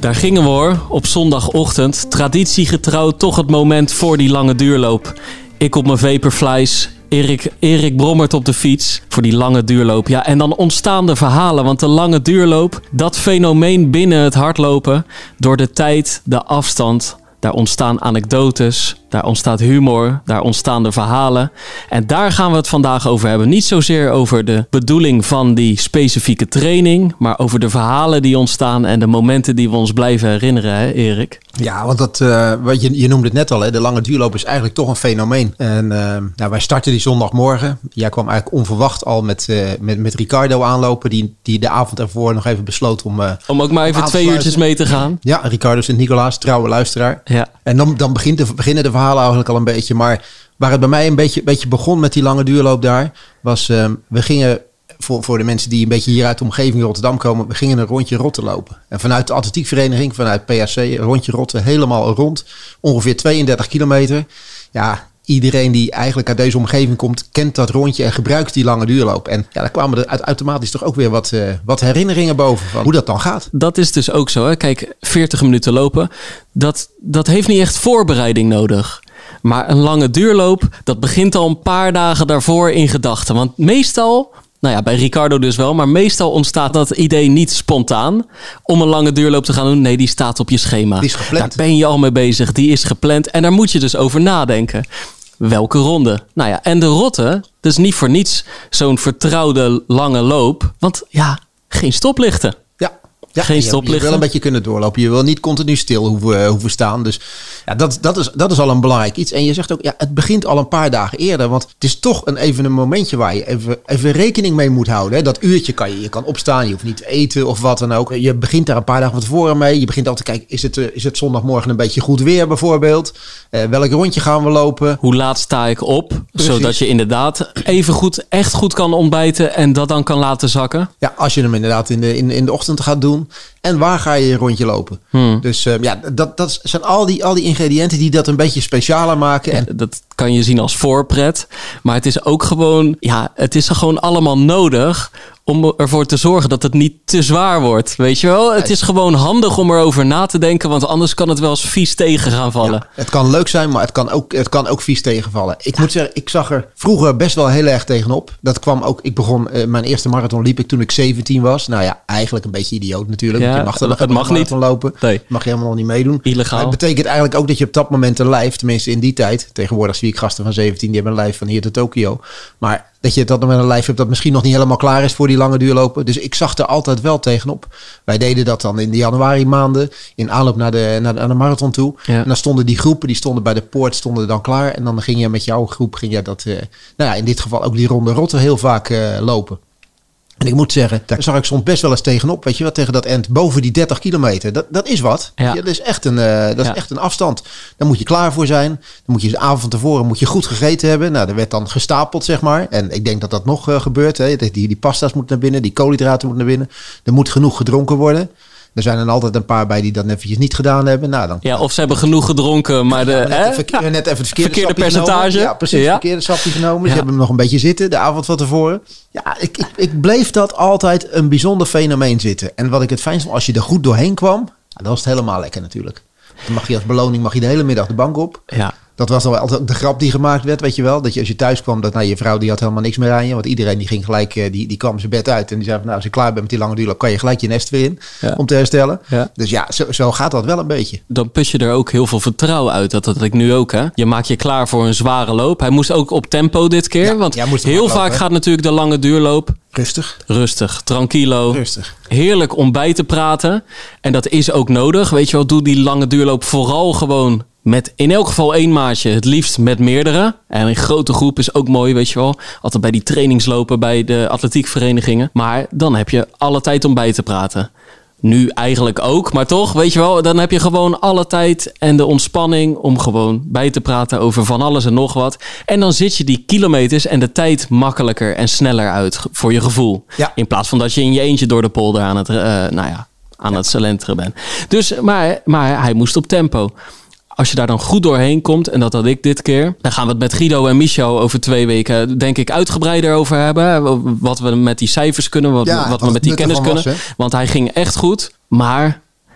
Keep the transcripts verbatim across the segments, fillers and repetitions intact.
Daar gingen we hoor, op zondagochtend. Traditiegetrouw toch het moment voor die lange duurloop. Ik op mijn Vaporflies, Erik, Erik brommert op de fiets voor die lange duurloop. Ja, en dan ontstaan de verhalen, want de lange duurloop, dat fenomeen binnen het hardlopen, door de tijd, de afstand, daar ontstaan anekdotes, daar ontstaat humor, daar ontstaan de verhalen. En daar gaan we het vandaag over hebben. Niet zozeer over de bedoeling van die specifieke training, maar over de verhalen die ontstaan en de momenten die we ons blijven herinneren, hè Erik? Ja, want dat, uh, wat je, je noemde het net al, hè, de lange duurloop is eigenlijk toch een fenomeen. En uh, nou, wij starten die zondagmorgen. Jij kwam eigenlijk onverwacht al met, uh, met, met Ricardo aanlopen, die, die de avond ervoor nog even besloot om... Uh, om ook maar even twee uurtjes mee te gaan. Ja, Ricardo Sint-Nicolaas, trouwe luisteraar. Ja. En dan, dan begint de, beginnen de verhalen eigenlijk al een beetje. Maar waar het bij mij een beetje, beetje begon met die lange duurloop daar, was uh, we gingen... Voor, voor de mensen die een beetje hier uit de omgeving Rotterdam komen. We gingen een rondje Rotte lopen. En vanuit de atletiekvereniging, vanuit P H C, een rondje Rotte helemaal rond. Ongeveer tweeëndertig kilometer. Ja, iedereen die eigenlijk uit deze omgeving komt, kent dat rondje en gebruikt die lange duurloop. En ja, daar kwamen er automatisch toch ook weer wat, uh, wat herinneringen boven van hoe dat dan gaat. Dat is dus ook zo. Hè? Kijk, veertig minuten lopen, dat, dat heeft niet echt voorbereiding nodig. Maar een lange duurloop, dat begint al een paar dagen daarvoor in gedachten. Want meestal... Nou ja, bij Ricardo dus wel. Maar meestal ontstaat dat idee niet spontaan om een lange duurloop te gaan doen. Nee, die staat op je schema. Die is gepland. Daar ben je al mee bezig. Die is gepland. En daar moet je dus over nadenken. Welke ronde? Nou ja, en de Rotte, dat is niet voor niets zo'n vertrouwde lange loop. Want ja, geen stoplichten. Ja, geen je, stoplichten. Je wil een beetje kunnen doorlopen. Je wil niet continu stil hoeven, hoeven staan. Dus ja, dat, dat, is, dat is al een belangrijk iets. En je zegt ook, ja, het begint al een paar dagen eerder. Want het is toch een, even een momentje waar je even, even rekening mee moet houden. Hè. Dat uurtje kan je, je kan opstaan. Je hoeft niet te eten of wat dan ook. Je begint daar een paar dagen van tevoren mee. Je begint altijd te kijken, is het, is het zondagmorgen een beetje goed weer bijvoorbeeld? Uh, welk rondje gaan we lopen? Hoe laat sta ik op? Precies. Zodat je inderdaad even goed, echt goed kan ontbijten en dat dan kan laten zakken. Ja, als je hem inderdaad in de, in, in de ochtend gaat doen. En waar ga je een rondje lopen? Hmm. Dus uh, ja, dat, dat zijn al die, al die ingrediënten die dat een beetje specialer maken. En... Ja, dat kan je zien als voorpret. Maar het is ook gewoon, ja, het is gewoon allemaal nodig om ervoor te zorgen dat het niet te zwaar wordt. Weet je wel? Het is gewoon handig om erover na te denken, want anders kan het wel eens vies tegen gaan vallen. Ja, het kan leuk zijn, maar het kan ook, het kan ook vies tegenvallen. Ik ja. moet zeggen, ik zag er vroeger best wel heel erg tegenop. Dat kwam ook, ik begon, uh, mijn eerste marathon liep ik toen ik zeventien was. Nou ja, eigenlijk een beetje idioot natuurlijk. Ja, je mag er, het mag niet lopen. Nee. Mag je helemaal nog niet meedoen. Illegaal. Maar het betekent eigenlijk ook dat je op dat moment een lijf, tenminste in die tijd, tegenwoordig zie ik gasten van zeventien, die hebben een lijf van hier tot Tokio. Maar dat je dat met een lijf hebt dat misschien nog niet helemaal klaar is voor die lange duurlopen. Dus ik zag er altijd wel tegenop. Wij deden dat dan in de januari maanden, in aanloop naar de, naar de, naar de marathon toe. Ja. En dan stonden die groepen, die stonden bij de poort, stonden dan klaar. En dan ging je met jouw groep, ging je dat, uh, nou ja, in dit geval ook die ronde Rotte heel vaak uh, lopen. En ik moet zeggen, daar zag ik soms best wel eens tegenop. Weet je wat, tegen dat end boven die dertig kilometer. Dat, dat is wat. Ja. Ja, dat is, echt een, uh, dat is ja. echt een afstand. Daar moet je klaar voor zijn. Dan moet je de avond van tevoren moet je goed gegeten hebben. Nou, er werd dan gestapeld, zeg maar. En ik denk dat dat nog uh, gebeurt. Hè. Die, die pasta's moeten naar binnen. Die koolhydraten moeten naar binnen. Er moet genoeg gedronken worden. Er zijn er altijd een paar bij die dat eventjes niet gedaan hebben. Nou, dan, ja, of ze hebben genoeg gedronken, maar de, ja, net, hè? Verkeer, net even het verkeerde, verkeerde percentage. Genomen. Ja, precies. Ja. Verkeerde sapje genomen. Ja. Ze hebben hem nog een beetje zitten de avond van tevoren. Ja, ik, ik, ik bleef dat altijd een bijzonder fenomeen zitten. En wat ik het fijnst vond, als je er goed doorheen kwam, dan was het helemaal lekker natuurlijk. Dan mag je als beloning mag je de hele middag de bank op. Ja. Dat was dan wel altijd de grap die gemaakt werd, weet je wel. Dat je als je thuis kwam, dat nou, je vrouw die had helemaal niks meer aan je. Want iedereen die ging gelijk, die, die kwam zijn bed uit. En die zei van, nou, als je klaar bent met die lange duurloop, kan je gelijk je nest weer in. Ja. Om te herstellen. Ja. Dus ja, zo, zo gaat dat wel een beetje. Dan put je er ook heel veel vertrouwen uit. Dat had ik nu ook, hè. Je maakt je klaar voor een zware loop. Hij moest ook op tempo dit keer. Ja, want heel vaak lopen, gaat natuurlijk de lange duurloop rustig. Rustig, tranquilo. Rustig. Heerlijk om bij te praten. En dat is ook nodig. Weet je wel, doe die lange duurloop vooral gewoon met in elk geval één maatje. Het liefst met meerdere. En een grote groep is ook mooi, weet je wel. Altijd bij die trainingslopen bij de atletiekverenigingen. Maar dan heb je alle tijd om bij te praten. Nu eigenlijk ook, maar toch, weet je wel, dan heb je gewoon alle tijd en de ontspanning om gewoon bij te praten over van alles en nog wat. En dan zit je die kilometers en de tijd makkelijker en sneller uit voor je gevoel. Ja. In plaats van dat je in je eentje door de polder aan het, uh, nou ja, aan ja. het salenteren bent. Dus, maar, maar hij moest op tempo. Als je daar dan goed doorheen komt, en dat had ik dit keer, dan gaan we het met Guido en Michel over twee weken, denk ik, uitgebreider over hebben. Wat we met die cijfers kunnen, wat, ja, wat we met die kennis kunnen. Was, want hij ging echt goed, maar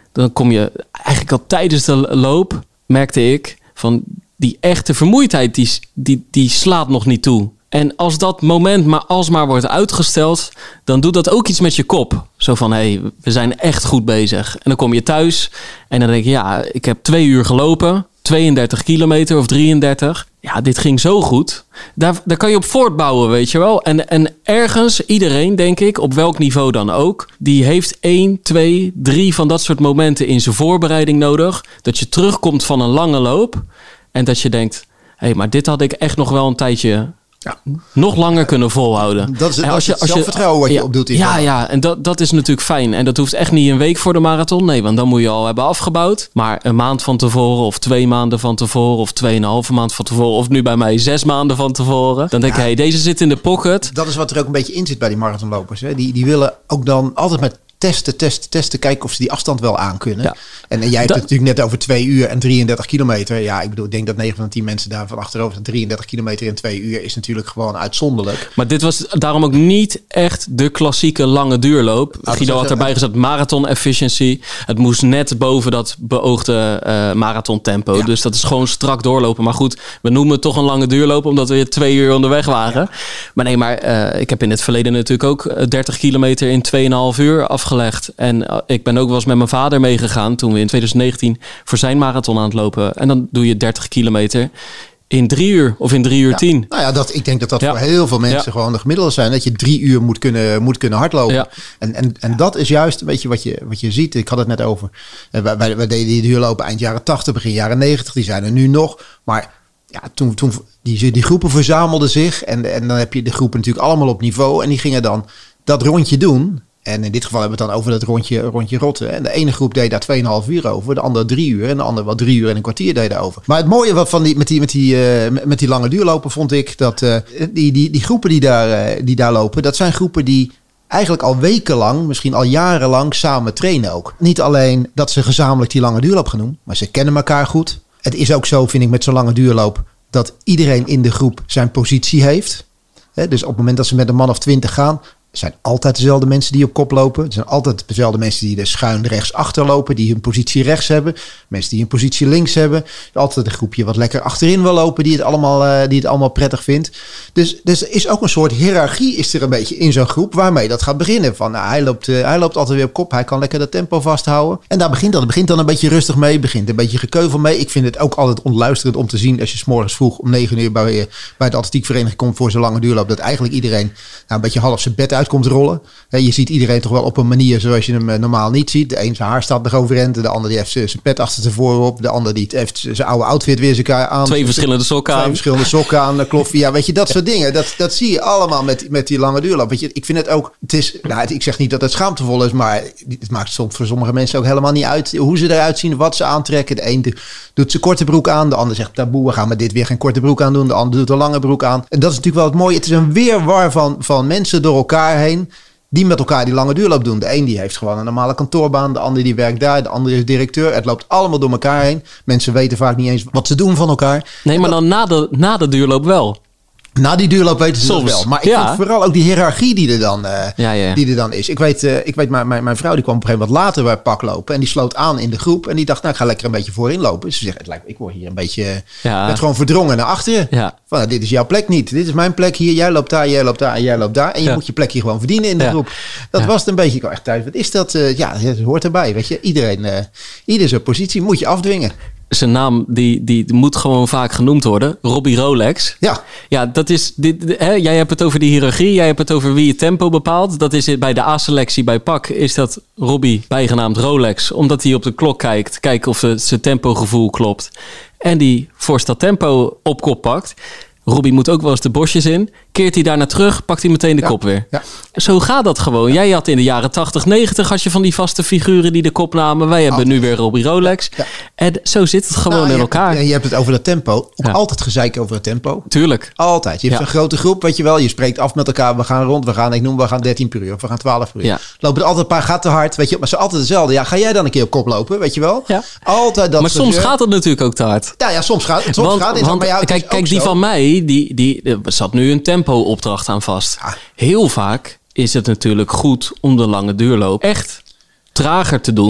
dan kom je eigenlijk al tijdens de loop, merkte ik, van die echte vermoeidheid, die, die, die slaat nog niet toe. En als dat moment maar alsmaar wordt uitgesteld, dan doet dat ook iets met je kop. Zo van, hé, hey, we zijn echt goed bezig. En dan kom je thuis en dan denk je, ja, ik heb twee uur gelopen, tweeëndertig kilometer of drieëndertig. Ja, dit ging zo goed. Daar, daar kan je op voortbouwen, weet je wel. En, en ergens, iedereen, denk ik, op welk niveau dan ook, die heeft één, twee, drie van dat soort momenten in zijn voorbereiding nodig. Dat je terugkomt van een lange loop en dat je denkt, hé, hey, maar dit had ik echt nog wel een tijdje... Ja. Nog langer kunnen volhouden. Dat is, en dat als je, is het als zelfvertrouwen wat je ja, opdoet. In ja, ja, en dat, dat is natuurlijk fijn. En dat hoeft echt niet een week voor de marathon. Nee, want dan moet je al hebben afgebouwd. Maar een maand van tevoren of twee maanden van tevoren of tweeënhalve maand van tevoren of nu bij mij zes maanden van tevoren. Dan denk ik, ja, hey, deze zit in de pocket. Dat is wat er ook een beetje in zit bij die marathonlopers. Hè. Die, die willen ook dan altijd met testen, testen, testen. Kijken of ze die afstand wel aankunnen. Ja. En, en jij hebt dat, het natuurlijk net over twee uur en drieëndertig kilometer. Ja, ik bedoel, ik denk dat negen van de tien mensen daar van achterover. drieëndertig kilometer in twee uur is natuurlijk gewoon uitzonderlijk. Maar dit was daarom ook niet echt de klassieke lange duurloop. Nou, Guido had erbij gezet marathon efficiency. Het moest net boven dat beoogde uh, marathon tempo. Ja. Dus dat is gewoon strak doorlopen. Maar goed, we noemen het toch een lange duurloop omdat we twee uur onderweg waren. Ja. Maar nee, maar uh, ik heb in het verleden natuurlijk ook dertig kilometer in twee komma vijf uur afgelegd. En uh, ik ben ook wel eens met mijn vader meegegaan toen we in twintig negentien voor zijn marathon aan het lopen. En dan doe je dertig kilometer in drie uur of in drie uur ja. tien. Nou ja, dat, ik denk dat dat ja. voor heel veel mensen ja. gewoon de gemiddelde zijn. Dat je drie uur moet kunnen, moet kunnen hardlopen. Ja. En, en, en dat is juist een beetje wat je, wat je ziet. Ik had het net over. Wij, wij, wij deden die duurlopen eind jaren tachtig, begin jaren negentig. Die zijn er nu nog. Maar ja, toen, toen die, die groepen verzamelden zich. En, en dan heb je de groepen natuurlijk allemaal op niveau. En die gingen dan dat rondje doen. En in dit geval hebben we het dan over dat rondje, rondje rotten. En de ene groep deed daar twee komma vijf uur over. De andere drie uur. En de andere wel drie uur en een kwartier deed daarover. Maar het mooie wat van die, met, die, met, die, uh, met die lange duurlopen vond ik dat uh, die, die, die groepen die daar, uh, die daar lopen. Dat zijn groepen die eigenlijk al wekenlang, misschien al jarenlang samen trainen ook. Niet alleen dat ze gezamenlijk die lange duurloop gaan doen. Maar ze kennen elkaar goed. Het is ook zo, vind ik, met zo'n lange duurloop. Dat iedereen in de groep zijn positie heeft. He, dus op het moment dat ze met een man of twintig gaan. Het zijn altijd dezelfde mensen die op kop lopen. Het zijn altijd dezelfde mensen die er schuin rechts achter lopen. Die hun positie rechts hebben. Mensen die hun positie links hebben. Altijd een groepje wat lekker achterin wil lopen. Die het allemaal, uh, die het allemaal prettig vindt. Dus, dus er is ook een soort hiërarchie is er een beetje in zo'n groep. Waarmee dat gaat beginnen. Van, nou, hij, loopt, uh, hij loopt altijd weer op kop. Hij kan lekker dat tempo vasthouden. En daar begint dat. Het begint dan een beetje rustig mee. Begint een beetje gekeuvel mee. Ik vind het ook altijd ontluisterend om te zien. Als je 's morgens vroeg om negen uur bij, bij de atletiekvereniging komt voor zo'n lange duurloop. Dat eigenlijk iedereen nou, een beetje half zijn bed uit komt rollen. Je ziet iedereen toch wel op een manier zoals je hem normaal niet ziet. De een zijn haar staat nog overeind. De ander die heeft zijn pet achter tevoren op. De ander die heeft zijn oude outfit weer zijn aan. Twee verschillende sokken aan. Twee verschillende sokken aan. Kloffie. Ja, weet je, dat soort dingen. Dat, dat zie je allemaal met, met die lange duurloop. Weet je, ik vind het ook, het is, nou, ik zeg niet dat het schaamtevol is, maar het maakt soms voor sommige mensen ook helemaal niet uit hoe ze eruit zien, wat ze aantrekken. De een doet zijn korte broek aan. De ander zegt, taboe, we gaan met dit weer geen korte broek aan doen. De ander doet een lange broek aan. En dat is natuurlijk wel het mooie. Het is een weerwar van, van mensen door elkaar heen. Die met elkaar die lange duurloop doen. De een die heeft gewoon een normale kantoorbaan. De ander die werkt daar. De ander is directeur. Het loopt allemaal door elkaar heen. Mensen weten vaak niet eens wat ze doen van elkaar. Nee, maar dan na de, na de duurloop wel. Na die duurloop weten ze Soms, dat wel. Maar ik ja. vind vooral ook die hiërarchie die er dan, uh, ja, ja. die er dan is. Ik weet, uh, ik weet mijn, mijn, mijn vrouw die kwam op een gegeven moment wat later bij Pak lopen. En die sloot aan in de groep. En die dacht, nou ik ga lekker een beetje voorin lopen. Dus ze zegt, het lijkt, ik word hier een beetje ja. net gewoon verdrongen naar achteren. Ja. Van, nou, dit is jouw plek niet. Dit is mijn plek hier. Jij loopt daar, jij loopt daar en jij loopt daar. En je ja. moet je plek hier gewoon verdienen in de ja. groep. Dat ja. was het een beetje. Ik echt thuis. Wat is dat? Uh, ja, het hoort erbij. Weet je, iedereen, uh, ieder zijn positie moet je afdwingen. Zijn naam die, die moet gewoon vaak genoemd worden. Robbie Rolex. Ja. Ja, dat is... Dit, hè, jij hebt het over die hiërarchie. Jij hebt het over wie je tempo bepaalt. Dat is bij de A-selectie bij Pak. Is dat Robbie bijgenaamd Rolex. Omdat hij op de klok kijkt. Kijken of het, zijn tempogevoel klopt. En die voor dat tempo op kop pakt. Robbie moet ook wel eens de bosjes in. Keert hij daarna terug, pakt hij meteen de ja, kop weer. Ja. Zo gaat dat gewoon. Ja. Jij had in de jaren tachtig, negentig... als je van die vaste figuren die de kop namen. Wij hebben oh. nu weer Robbie Rolex. Ja. En zo zit het gewoon nou, in elkaar. Hebt, je hebt het over dat tempo. Ook ja. altijd gezeik over het tempo. Tuurlijk. Altijd. Je hebt ja. een grote groep, weet je wel. Je spreekt af met elkaar. We gaan rond, we gaan, ik noem, we gaan dertien per uur. Of we gaan twaalf per uur. Ja. Lopen er altijd een paar, gaat te hard. Weet je, maar ze zijn altijd dezelfde. Ja, ga jij dan een keer op kop lopen, weet je wel? Ja. Altijd dat. Maar soms gaat het natuurlijk ook te hard. Ja, ja soms gaat, soms want, gaat het. Want, maar ja, kijk, kijk die zo. van mij, die, die, er zat nu een tempo-opdracht aan vast. Ja. Heel vaak is het natuurlijk goed om de lange duurloop echt trager te doen ja.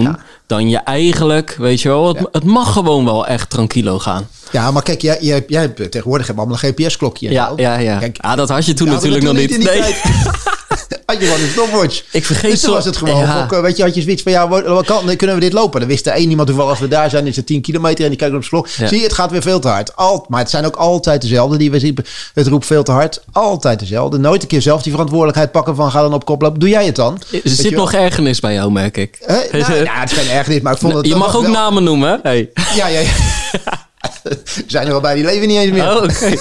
dan je eigenlijk, weet je wel, het, Ja. het mag gewoon wel echt tranquilo gaan. Ja, maar kijk, jij, jij, jij hebt tegenwoordig hebben allemaal een G P S-klokje. en Ja, zo. ja, ja. Kijk, ah, dat had je toen ja, natuurlijk nog dat niet. toen in die Nee. tijd. Had je gewoon een stopwatch. Ik vergeet Dus toen zo- was het gewoon, Ja. ook, weet je, had je zoiets van, ja, wat kan, kunnen we dit lopen? Dan wist er één iemand toevallig, als we daar zijn, is het tien kilometer en die kijkt op de klok. Ja. Zie je, het gaat weer veel te hard. Al, maar het zijn ook altijd dezelfde die we zien. Het roept veel te hard. Altijd dezelfde. Nooit een keer zelf die verantwoordelijkheid pakken van, ga dan op kop lopen. Doe jij het dan? Er Weet zit je wel? nog ergernis bij jou, merk ik. Hè? Nou, ja, het is geen ergernis, maar ik vond het... Je dat mag was ook wel- namen noemen, hè? Hey. Ja, ja, ja. We zijn er wel bij, die leven niet eens meer. Oh, oké.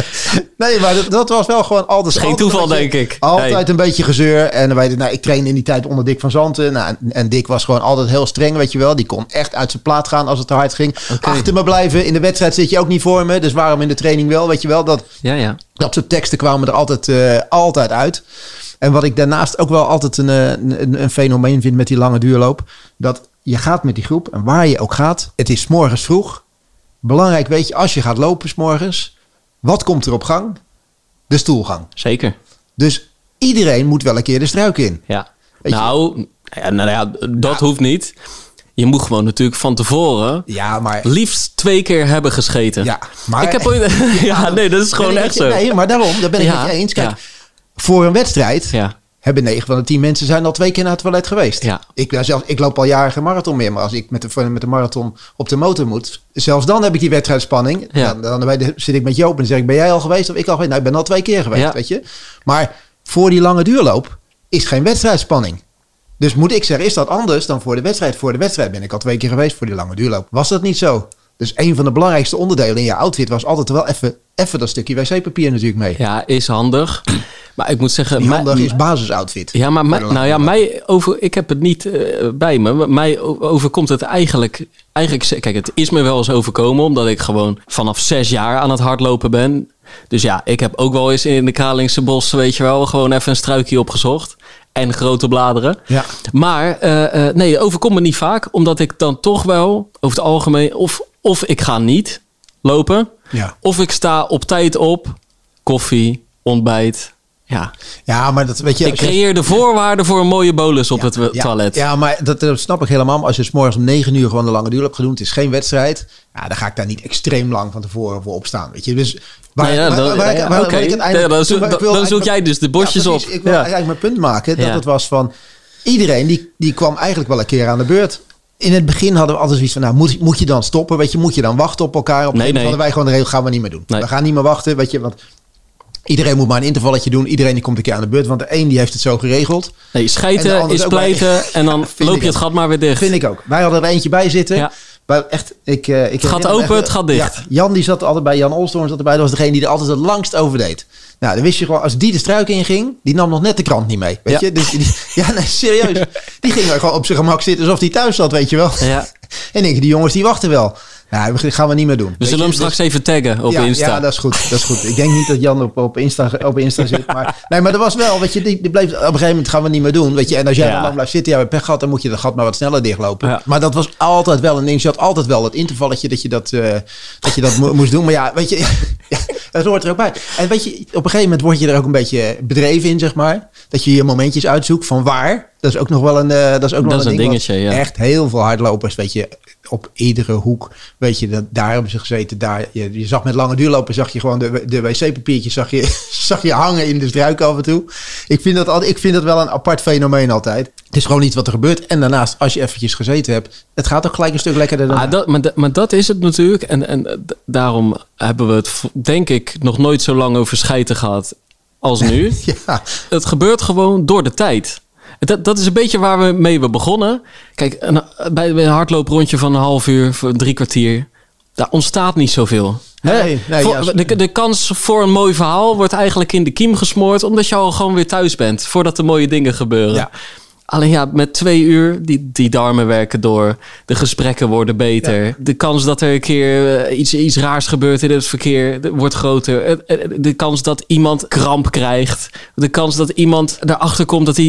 Nee, maar dat, dat was wel gewoon altijd... Is geen altijd toeval, een beetje- denk ik. Altijd Nee. een beetje gezeur. En weet je, nou, ik trainde in die tijd onder Dick van Zanten. Nou, en, en Dick was gewoon altijd heel streng, weet je wel. Die kon echt uit zijn plaat gaan als het te hard ging. Oké. Achter me blijven. In de wedstrijd zit je ook niet voor me. Dus waarom in de training wel, weet je wel. Dat, Ja, ja. dat soort teksten kwamen er altijd, eh, altijd uit. En wat ik daarnaast ook wel altijd een, eh, een, een fenomeen vind met die lange duurloop. Dat je gaat met die groep en waar je ook gaat. Het is 's morgens vroeg. Belangrijk, weet je, als je gaat lopen 's morgens. Wat komt er op gang? De stoelgang. Zeker. Dus iedereen moet wel een keer de struik in. Ja. Weet je- Nou, ja, nou ja, dat hoeft niet. Je moet gewoon natuurlijk van tevoren Ja, maar... liefst twee keer hebben gescheten. Ja, maar... Ik heb ooit... ja, nee, dat is gewoon Ben ik echt met je- zo. Nee, maar daarom, daar ben ik Ja, met je eens. Kijk, ja. voor een wedstrijd... Ja. hebben negen van de tien mensen zijn al twee keer naar het toilet geweest. Ja. Ik, ben zelf, ik loop al jaren geen marathon meer. Maar als ik met de, met de marathon op de motor moet... zelfs dan heb ik die wedstrijdspanning. Ja. Dan, dan bij de- zit ik met Joop en dan zeg ik... ben jij al geweest of ik al geweest? Nou, ik ben al twee keer geweest, Ja. weet je. Maar voor die lange duurloop is geen wedstrijdspanning. Dus moet ik zeggen, is dat anders dan voor de wedstrijd? Voor de wedstrijd ben ik al twee keer geweest voor die lange duurloop. Was dat niet zo? Dus een van de belangrijkste onderdelen in je outfit... was altijd wel even, even dat stukje wc-papier natuurlijk mee. Ja, is handig. Maar ik moet zeggen... Die mij- handig is basisoutfit. Ja, maar mij, Voor de nou ja, lange mij over, ik heb het niet eh, bij me. Maar mij o- overkomt het eigenlijk, eigenlijk... Kijk, het is me wel eens overkomen. Omdat ik gewoon vanaf zes jaar aan het hardlopen ben. Dus ja, ik heb ook wel eens in de Kralingse bos, weet je wel... gewoon even een struikje opgezocht. En grote bladeren. Ja. Maar eh, eh, nee, het overkomt me niet vaak. Omdat ik dan toch wel, over het algemeen... Of, of ik ga niet lopen. Ja. Of ik sta op tijd op. Koffie, ontbijt. Ja, Ja, maar dat weet je... ik als je- creëer de voorwaarden voor een mooie bolus op het ja, toilet. Ja, maar dat, dat snap ik helemaal. Maar als je 's morgens om negen uur gewoon de lange duurloop gaat doen... het is geen wedstrijd. Ja, dan ga ik daar niet extreem lang van tevoren voor opstaan. Weet je, dus... Waar, Nou ja, waar- dan- waar ik- ja, waar- oké. waar ik uiteindelijk- Ja, dan zoek- ik wil dan eigenlijk- zoek jij dus de bosjes Ja, precies. op. Ik wil Ja. eigenlijk mijn punt maken. Dat Ja. het was van... Iedereen die, die kwam eigenlijk wel een keer aan de beurt. In het begin hadden we altijd zoiets van... nou, moet, moet je dan stoppen? Weet je, moet je dan wachten op elkaar? Op een Nee, gegeven moment nee. hadden wij gewoon de regel... gaan we niet meer doen. Nee. We gaan niet meer wachten, weet je, want... Iedereen moet maar een intervalletje doen. Iedereen die komt een keer aan de beurt. Want de een die heeft het zo geregeld. Nee, En de schijten ander is ook bij. pleiten en dan Vind loop ik je het ook. gat maar weer dicht. Vind ik ook. Wij hadden er eentje bij zitten. Ja. Maar echt, ik, eh, ik Het gaat herinner me open, echt, het gaat ja, dicht. Jan die zat altijd bij, Jan Olstorn zat erbij. Dat was degene die er altijd het langst over deed. Nou, dan wist je gewoon, als die de struik inging, die nam nog net de krant niet mee. Weet Ja. je? Dus die, ja, nee, serieus. Die ging gewoon op zijn gemak zitten alsof hij thuis zat, weet je wel. Ja. En ik, die jongens die wachten wel. Nou, dat gaan we niet meer doen. We Weet zullen je? hem straks Dus- even taggen op ja, Insta. Ja, dat is goed. Dat is goed. Ik denk niet dat Jan op, op, Insta, op Insta zit. Maar, nee, maar dat was wel, weet je, die, die bleef, op een gegeven moment gaan we niet meer doen. Weet je, en als jij Ja. dan lang blijft zitten, ja, met pech gehad, dan moet je dat gat maar wat sneller dichtlopen. Ja. Maar dat was altijd wel een ding. Je had altijd wel het intervalletje dat je dat, eh, dat, je dat mo- moest doen. Maar ja, weet je, ja, dat hoort er ook bij. En weet je, op een gegeven moment word je er ook een beetje bedreven in, zeg maar. Dat je je momentjes uitzoekt van waar. Dat is ook nog wel een, eh, dat is ook nog Dat is een een ding. dingetje, Want ja. Echt heel veel hardlopers, weet je, op iedere hoek, weet je, dat, daar hebben ze gezeten. Daar, je, je zag met lange duurlopen, zag je gewoon de, de wc-papiertjes zag je, zag je hangen in de struik af en toe. Ik vind, dat, al- ik vind dat wel een apart fenomeen altijd. Het is gewoon niet wat er gebeurt. En daarnaast, als je eventjes gezeten hebt, het gaat ook gelijk een stuk lekkerder dan... Ah, dat, maar, dat, maar dat is het natuurlijk. En, en d- daarom hebben we het, v- denk ik, nog nooit zo lang over schijten gehad als nu. Ja, Het gebeurt gewoon door de tijd. Dat, dat is een beetje waar we mee we begonnen. Kijk, een, bij bij een hardlooprondje van een half uur, voor drie kwartier, daar ontstaat niet zoveel. Hè? Nee, nee, Voor- ja, de, de kans voor een mooi verhaal wordt eigenlijk in de kiem gesmoord, omdat je al gewoon weer thuis bent, voordat de mooie dingen gebeuren. Ja. Alleen ja, met twee uur, die, die darmen werken door. De gesprekken worden beter. De kans dat er een keer eh, iets, iets raars gebeurt in het verkeer de- wordt groter. Eh, eh, De kans dat iemand kramp krijgt. De kans dat iemand erachter komt dat hij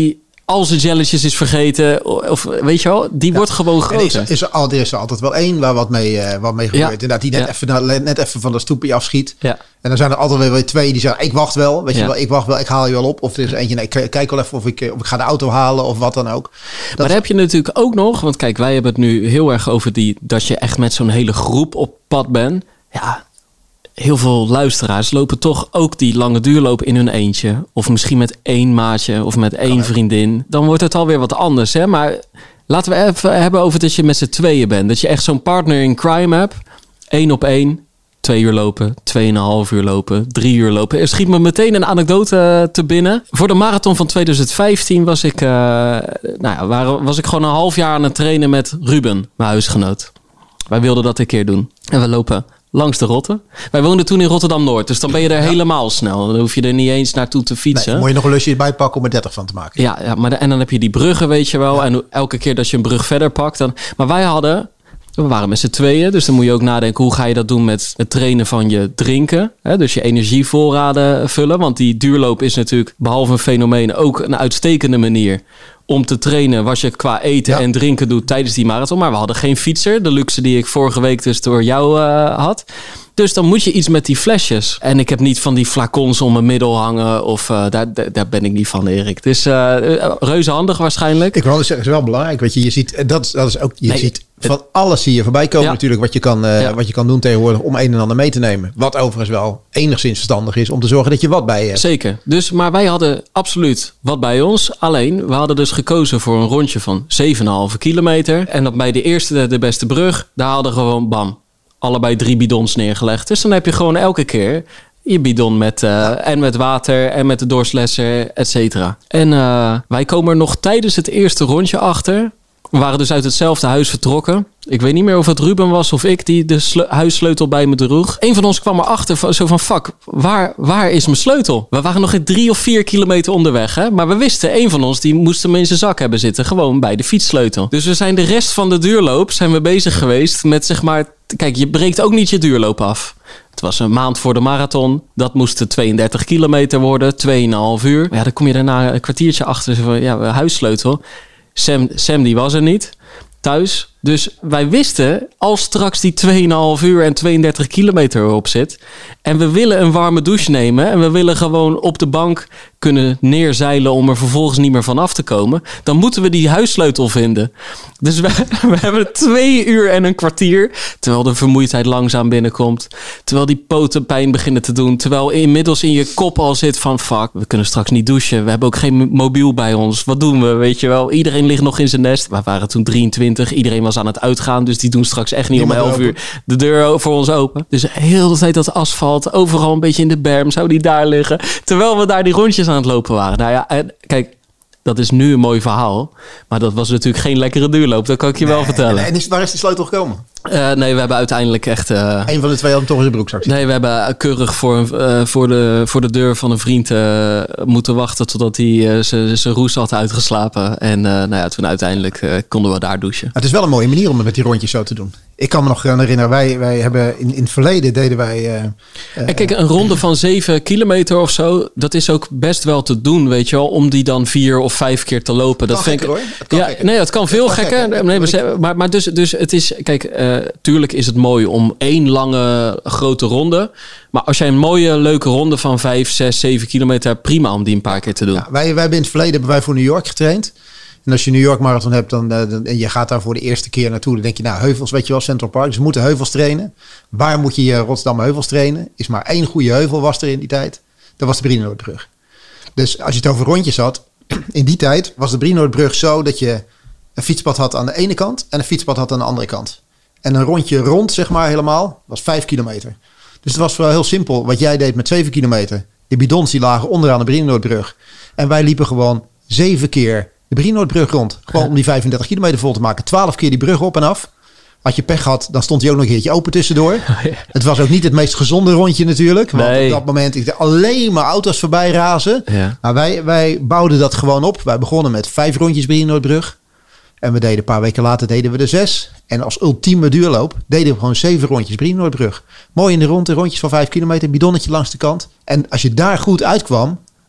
al zijn jelletjes is vergeten. Of weet je wel, die ja. wordt gewoon groter. Is er, is, er al, er is er altijd wel één waar wat mee, uh, wat mee gebeurt. Ja. Inderdaad, die net, ja. even, net even van de stoepje afschiet. Ja. En dan zijn er altijd weer twee die zeggen, ik wacht wel. Weet ja. je wel, ik wacht wel, ik haal je wel op. Of er is eentje, nee, ik kijk wel even of ik, of ik ga de auto halen of wat dan ook. Dat maar dan heb je natuurlijk ook nog, want kijk, wij hebben het nu heel erg over die, dat je echt met zo'n hele groep op pad bent. Ja, heel veel luisteraars lopen toch ook die lange duurloop in hun eentje. Of misschien met één maatje of met één vriendin. Dan wordt het alweer wat anders. Hè? Maar laten we even hebben over dat je met z'n tweeën bent. Dat je echt zo'n partner in crime hebt. Eén op één. Twee uur lopen. Tweeënhalf uur lopen. Drie uur lopen. Er schiet me meteen een anekdote te binnen. Voor de marathon van twintig vijftien was ik, uh, nou ja, was ik gewoon een half jaar aan het trainen met Ruben, mijn huisgenoot. Wij wilden dat een keer doen. En we lopen langs de Rotte. Wij woonden toen in Rotterdam-Noord. Dus dan ben je er ja. helemaal snel. Dan hoef je er niet eens naartoe te fietsen. Nee, moet je nog een lusje bij pakken om er dertig van te maken. Ja, ja maar de, en dan heb je die bruggen, weet je wel. Ja. En elke keer dat je een brug verder pakt. Dan, maar wij hadden... We waren met z'n tweeën. Dus dan moet je ook nadenken. Hoe ga je dat doen met het trainen van je drinken? Hè? Dus je energievoorraden vullen. Want die duurloop is natuurlijk, behalve een fenomeen, ook een uitstekende manier om te trainen wat je qua eten ja. en drinken doet tijdens die marathon. Maar we hadden geen fietser. De luxe die ik vorige week dus door jou uh, had. Dus dan moet je iets met die flesjes. En ik heb niet van die flacons om mijn middel hangen. Of uh, daar, daar ben ik niet van, Erik. Dus uh, reuze handig waarschijnlijk. Ik wil zeggen, het is wel belangrijk. Weet je, je ziet, dat, dat is ook, je nee, ziet van alles zie je voorbij komen ja. natuurlijk. Wat je, kan, uh, ja. wat je kan doen tegenwoordig om een en ander mee te nemen. Wat overigens wel enigszins verstandig is om te zorgen dat je wat bij je hebt. Zeker. Dus, maar wij hadden absoluut wat bij ons. Alleen, we hadden dus gekozen voor een rondje van zeven komma vijf kilometer. En dat bij de eerste, de beste brug, daar hadden we gewoon bam. Allebei drie bidons neergelegd. Dus dan heb je gewoon elke keer je bidon met, uh, ja. en met water en met de doorslesser, et cetera. En uh, wij komen er nog tijdens het eerste rondje achter. We waren dus uit hetzelfde huis vertrokken. Ik weet niet meer of het Ruben was of ik die de sle- huissleutel bij me droeg. Eén van ons kwam erachter zo van, fuck, waar, waar is mijn sleutel? We waren nog drie of vier kilometer onderweg. Hè? Maar we wisten, één van ons die moest hem in zijn zak hebben zitten. Gewoon bij de fietssleutel. Dus we zijn de rest van de duurloop zijn we bezig geweest met zeg maar... Kijk, je breekt ook niet je duurloop af. Het was een maand voor de marathon. Dat moest tweeëndertig kilometer worden. tweeënhalf uur. Maar ja, dan kom je daarna een kwartiertje achter. Van, ja, huissleutel. Sam, Sam die was er niet. Thuis. Dus wij wisten, als straks die tweeënhalf uur en tweeëndertig kilometer erop zit... en we willen een warme douche nemen... en we willen gewoon op de bank kunnen neerzeilen... om er vervolgens niet meer van af te komen... dan moeten we die huissleutel vinden. Dus we, we hebben twee uur en een kwartier... terwijl de vermoeidheid langzaam binnenkomt... terwijl die poten pijn beginnen te doen... terwijl inmiddels in je kop al zit van... fuck, we kunnen straks niet douchen... we hebben ook geen mobiel bij ons. Wat doen we, weet je wel? Iedereen ligt nog in zijn nest. We waren toen drieëntwintig, iedereen was aan het uitgaan. Dus die doen straks echt niet om elf uur de deur voor ons open. Dus heel de tijd dat asfalt, overal een beetje in de berm, zou die daar liggen. Terwijl we daar die rondjes aan het lopen waren. Nou ja, en kijk, dat is nu een mooi verhaal. Maar dat was natuurlijk geen lekkere duurloop. Dat kan ik je nee, wel vertellen. En is, waar is die sleutel gekomen? Uh, nee, we hebben uiteindelijk echt... Uh, Eén van de twee had hem toch in zijn broekzak zitten. Nee, we hebben keurig voor, uh, voor, de, voor de deur van een vriend uh, moeten wachten... totdat hij uh, zijn roes had uitgeslapen. En uh, nou ja, toen uiteindelijk uh, konden we daar douchen. Het is wel een mooie manier om het met die rondjes zo te doen. Ik kan me nog herinneren, wij, wij hebben in, in het verleden deden wij... Uh, uh, en kijk, een ronde van zeven kilometer of zo... dat is ook best wel te doen, weet je wel... om die dan vier of vijf keer te lopen. Dat vind gekker, ik, hoor. Het kan ja, gekker. Nee, het kan veel het kan gekker. gekker. Nee, maar, maar, maar dus, dus het is... Kijk, uh, tuurlijk is het mooi om één lange grote ronde... maar als jij een mooie, leuke ronde van vijf, zes, zeven kilometer... prima om die een paar keer te doen. Ja, wij, wij hebben in het verleden hebben wij voor New York getraind... En als je New York Marathon hebt dan, dan, en je gaat daar voor de eerste keer naartoe... dan denk je, nou, heuvels, weet je wel, Central Park. Dus we moeten heuvels trainen. Waar moet je je Rotterdam heuvels trainen? Is maar één goede heuvel was er in die tijd. Dat was de Brienenoordbrug. Dus als je het over rondjes had... in die tijd was de Brienenoordbrug zo dat je een fietspad had aan de ene kant... en een fietspad had aan de andere kant. En een rondje rond, zeg maar, helemaal, was vijf kilometer. Dus het was wel heel simpel. Wat jij deed met zeven kilometer. De bidons die lagen onderaan de Brienenoordbrug. En wij liepen gewoon zeven keer... de Brienenoordbrug rond. Gewoon om die vijfendertig kilometer vol te maken. twaalf keer die brug op en af. Had je pech gehad, dan stond hij ook nog een keertje open tussendoor. Oh, ja. Het was ook niet het meest gezonde rondje natuurlijk. Want nee. Op dat moment ik alleen maar auto's voorbij razen. Ja. Maar wij, wij bouwden dat gewoon op. Wij begonnen met vijf rondjes Brienenoordbrug. En we deden een paar weken later deden we er zes. En als ultieme duurloop deden we gewoon zeven rondjes Brienenoordbrug. Mooi in de ronde, rondjes van vijf kilometer. Bidonnetje langs de kant. En als je daar goed uitkwam...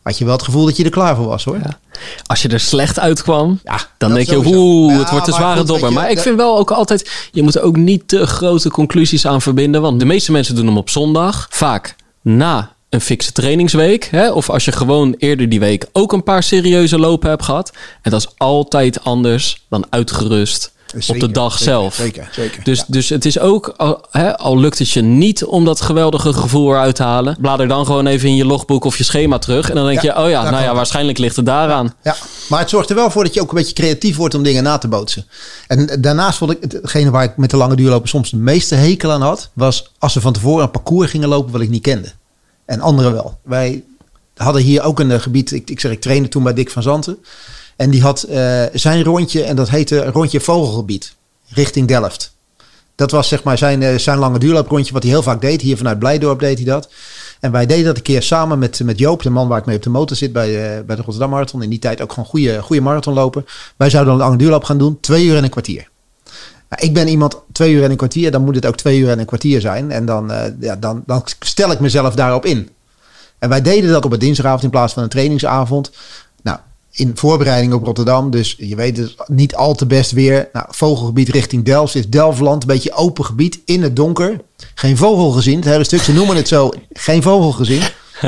had je wel het gevoel dat je er klaar voor was, hoor. Ja. Als je er slecht uitkwam, ja, dan denk sowieso. je, oeh, ja, het wordt een zware goed, dobber. je, Maar ik dat... vind wel ook altijd, je moet er ook niet te grote conclusies aan verbinden. Want de meeste mensen doen hem op zondag. Vaak na een fikse trainingsweek. Hè? Of als je gewoon eerder die week ook een paar serieuze lopen hebt gehad. En dat is altijd anders dan uitgerust. Zeker, op de dag zeker, zelf. Zeker, zeker. Dus, ja. dus het is ook, al, hè, al lukt het je niet om dat geweldige gevoel eruit te halen. Blader dan gewoon even in je logboek of je schema terug. En dan denk ja, je, oh ja, nou ja, waarschijnlijk ligt het daaraan. Ja, maar het zorgt er wel voor dat je ook een beetje creatief wordt om dingen na te bootsen. En daarnaast vond ik, hetgene waar ik met de lange duurlopen soms de meeste hekel aan had, was als ze van tevoren een parcours gingen lopen wat ik niet kende. En anderen wel. Wij hadden hier ook een gebied, ik, ik zeg, ik trainde toen bij Dick van Zanten. En die had uh, zijn rondje, en dat heette rondje Vogelgebied, richting Delft. Dat was zeg maar zijn, uh, zijn lange duurlooprondje, wat hij heel vaak deed. Hier vanuit Blijdorp deed hij dat. En wij deden dat een keer samen met, met Joop, de man waar ik mee op de motor zit bij, uh, bij de Rotterdam Marathon. In die tijd ook gewoon goede, goede marathonlopen. Wij zouden een lange duurloop gaan doen, twee uur en een kwartier. Nou, ik ben iemand, twee uur en een kwartier, dan moet het ook twee uur en een kwartier zijn. En dan, uh, ja, dan, dan stel ik mezelf daarop in. En wij deden dat op een dinsdagavond in plaats van een trainingsavond. Nou, in voorbereiding op Rotterdam. Dus je weet het niet al te best weer. Nou, vogelgebied richting Delft is Delftland. Een beetje open gebied in het donker. Geen vogel gezien. Het hele stuk, ze noemen het zo. Geen vogel gezien.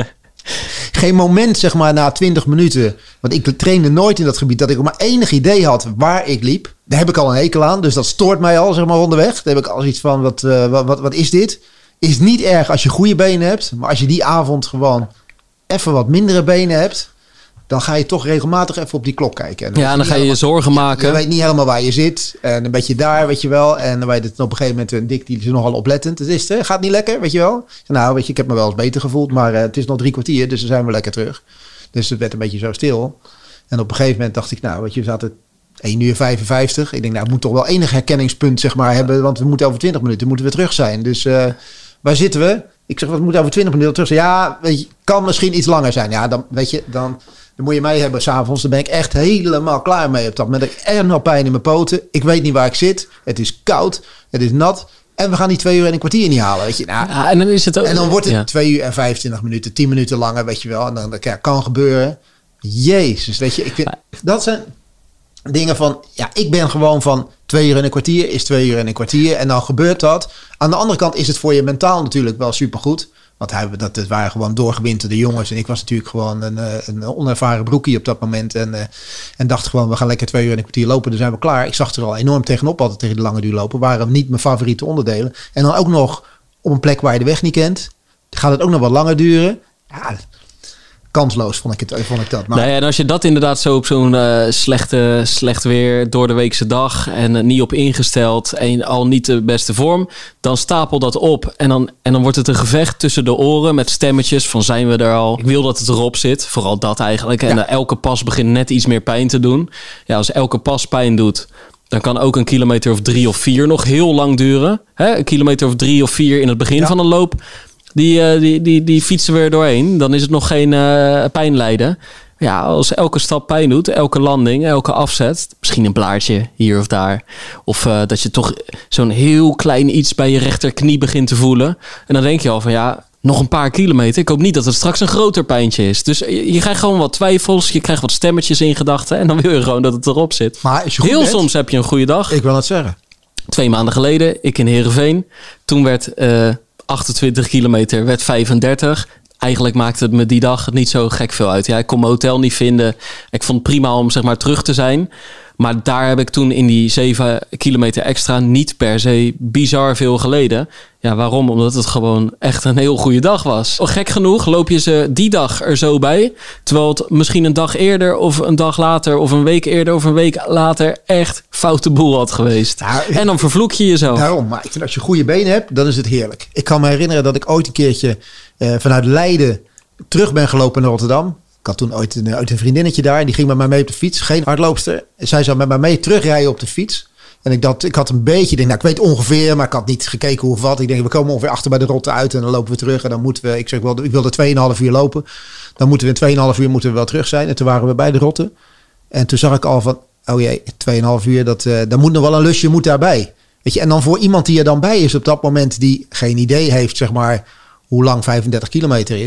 Geen moment, zeg maar, na twintig minuten. Want ik trainde nooit in dat gebied. Dat ik maar enig idee had waar ik liep. Daar heb ik al een hekel aan. Dus dat stoort mij al, zeg maar, onderweg. Daar heb ik al iets van, wat, uh, wat, wat, wat is dit? Is niet erg als je goede benen hebt. Maar als je die avond gewoon even wat mindere benen hebt, dan ga je toch regelmatig even op die klok kijken. En ja, en dan ga je je zorgen ja, maken. Je weet niet helemaal waar je zit. En een beetje daar, weet je wel. En dan weet het op een gegeven moment, een Dick die is nogal oplettend. Het is het, gaat niet lekker, weet je wel. Nou, weet je, ik heb me wel eens beter gevoeld. Maar uh, het is nog drie kwartier, dus dan zijn we lekker terug. Dus het werd een beetje zo stil. En op een gegeven moment dacht ik, nou, weet je, we zaten één uur vijfenvijftig. Ik denk, nou, het moet toch wel enig herkenningspunt, zeg maar, hebben. Want we moeten over twintig minuten moeten we terug zijn. Dus uh, waar zitten we? Ik zeg, wat moet over twintig minuten terug zijn? Ja, weet je, kan misschien iets langer zijn. Ja, dan weet je, dan, dan moet je mij hebben s'avonds. Dan ben ik echt helemaal klaar mee op dat moment. Ik heb erg nog pijn in mijn poten. Ik weet niet waar ik zit. Het is koud. Het is nat. En we gaan die twee uur en een kwartier niet halen, weet je. Nou, ja, en dan is het ook, en dan wordt het ja. twee uur en vijfentwintig minuten, tien minuten langer, weet je wel. En dan ja, kan gebeuren. Jezus, weet je. Ik vind, dat zijn dingen van, ja, ik ben gewoon van twee uur en een kwartier is twee uur en een kwartier. En dan gebeurt dat. Aan de andere kant is het voor je mentaal natuurlijk wel supergoed. Want hij, dat, het waren gewoon doorgewinterde jongens. En ik was natuurlijk gewoon een, een onervaren broekie op dat moment. En, uh, en dacht gewoon, we gaan lekker twee uur en een kwartier lopen. Dan zijn we klaar. Ik zag er al enorm tegenop altijd tegen de lange duur lopen. Waren niet mijn favoriete onderdelen. En dan ook nog op een plek waar je de weg niet kent. Gaat het ook nog wat langer duren. Ja, kansloos vond ik, het, vond ik dat. Maar nee, en als je dat inderdaad zo op zo'n uh, slechte, slecht weer door de weekse dag en uh, niet op ingesteld en al niet de beste vorm, dan stapel dat op en dan, en dan wordt het een gevecht tussen de oren met stemmetjes van zijn we er al? Ik wil dat het erop zit, vooral dat eigenlijk. En ja. uh, elke pas begint net iets meer pijn te doen. Ja, als elke pas pijn doet, dan kan ook een kilometer of drie of vier nog heel lang duren. Hè? Een kilometer of drie of vier in het begin ja. van een loop. Die, uh, die, die, die fietsen we er doorheen. Dan is het nog geen uh, pijn lijden. Ja, als elke stap pijn doet, elke landing, elke afzet. Misschien een blaartje hier of daar. Of uh, dat je toch zo'n heel klein iets bij je rechterknie begint te voelen. En dan denk je al van ja, nog een paar kilometer. Ik hoop niet dat het straks een groter pijntje is. Dus je, je krijgt gewoon wat twijfels. Je krijgt wat stemmetjes in gedachten. En dan wil je gewoon dat het erop zit. Maar als je goed heel bent, soms heb je een goede dag. Ik wil het zeggen. Twee maanden geleden, ik in Heerenveen. Toen werd Uh, achtentwintig kilometer, werd vijfendertig. Eigenlijk maakte het me die dag niet zo gek veel uit. Ja, ik kon mijn hotel niet vinden. Ik vond het prima om zeg maar terug te zijn. Maar daar heb ik toen in die zeven kilometer extra niet per se bizar veel geleden. Ja, waarom? Omdat het gewoon echt een heel goede dag was. Gek genoeg loop je ze die dag er zo bij. Terwijl het misschien een dag eerder of een dag later of een week eerder of een week later echt foute boel had geweest. Nou, en dan vervloek je jezelf. Daarom, maar ik vind als je goede benen hebt, dan is het heerlijk. Ik kan me herinneren dat ik ooit een keertje uh, vanuit Leiden terug ben gelopen naar Rotterdam. Ik had toen ooit een, ooit een vriendinnetje daar. En die ging met mij mee op de fiets. Geen hardloopster. Zij zou met mij mee terugrijden op de fiets. En ik, dacht, ik had een beetje... Denk, nou, ik weet ongeveer, maar ik had niet gekeken hoe of wat. Ik denk, we komen ongeveer achter bij de Rotte uit. En dan lopen we terug. En dan moeten we... Ik zeg, wel, ik wilde tweeënhalf uur lopen. Dan moeten we in tweeënhalf uur moeten we wel terug zijn. En toen waren we bij de Rotte. En toen zag ik al van... Oh jee, tweeënhalf uur. Dat, uh, dan moet nog wel een lusje moet daarbij. Weet je, en dan voor iemand die er dan bij is op dat moment... Die geen idee heeft, zeg maar... Hoe lang vijfendertig kilometer is...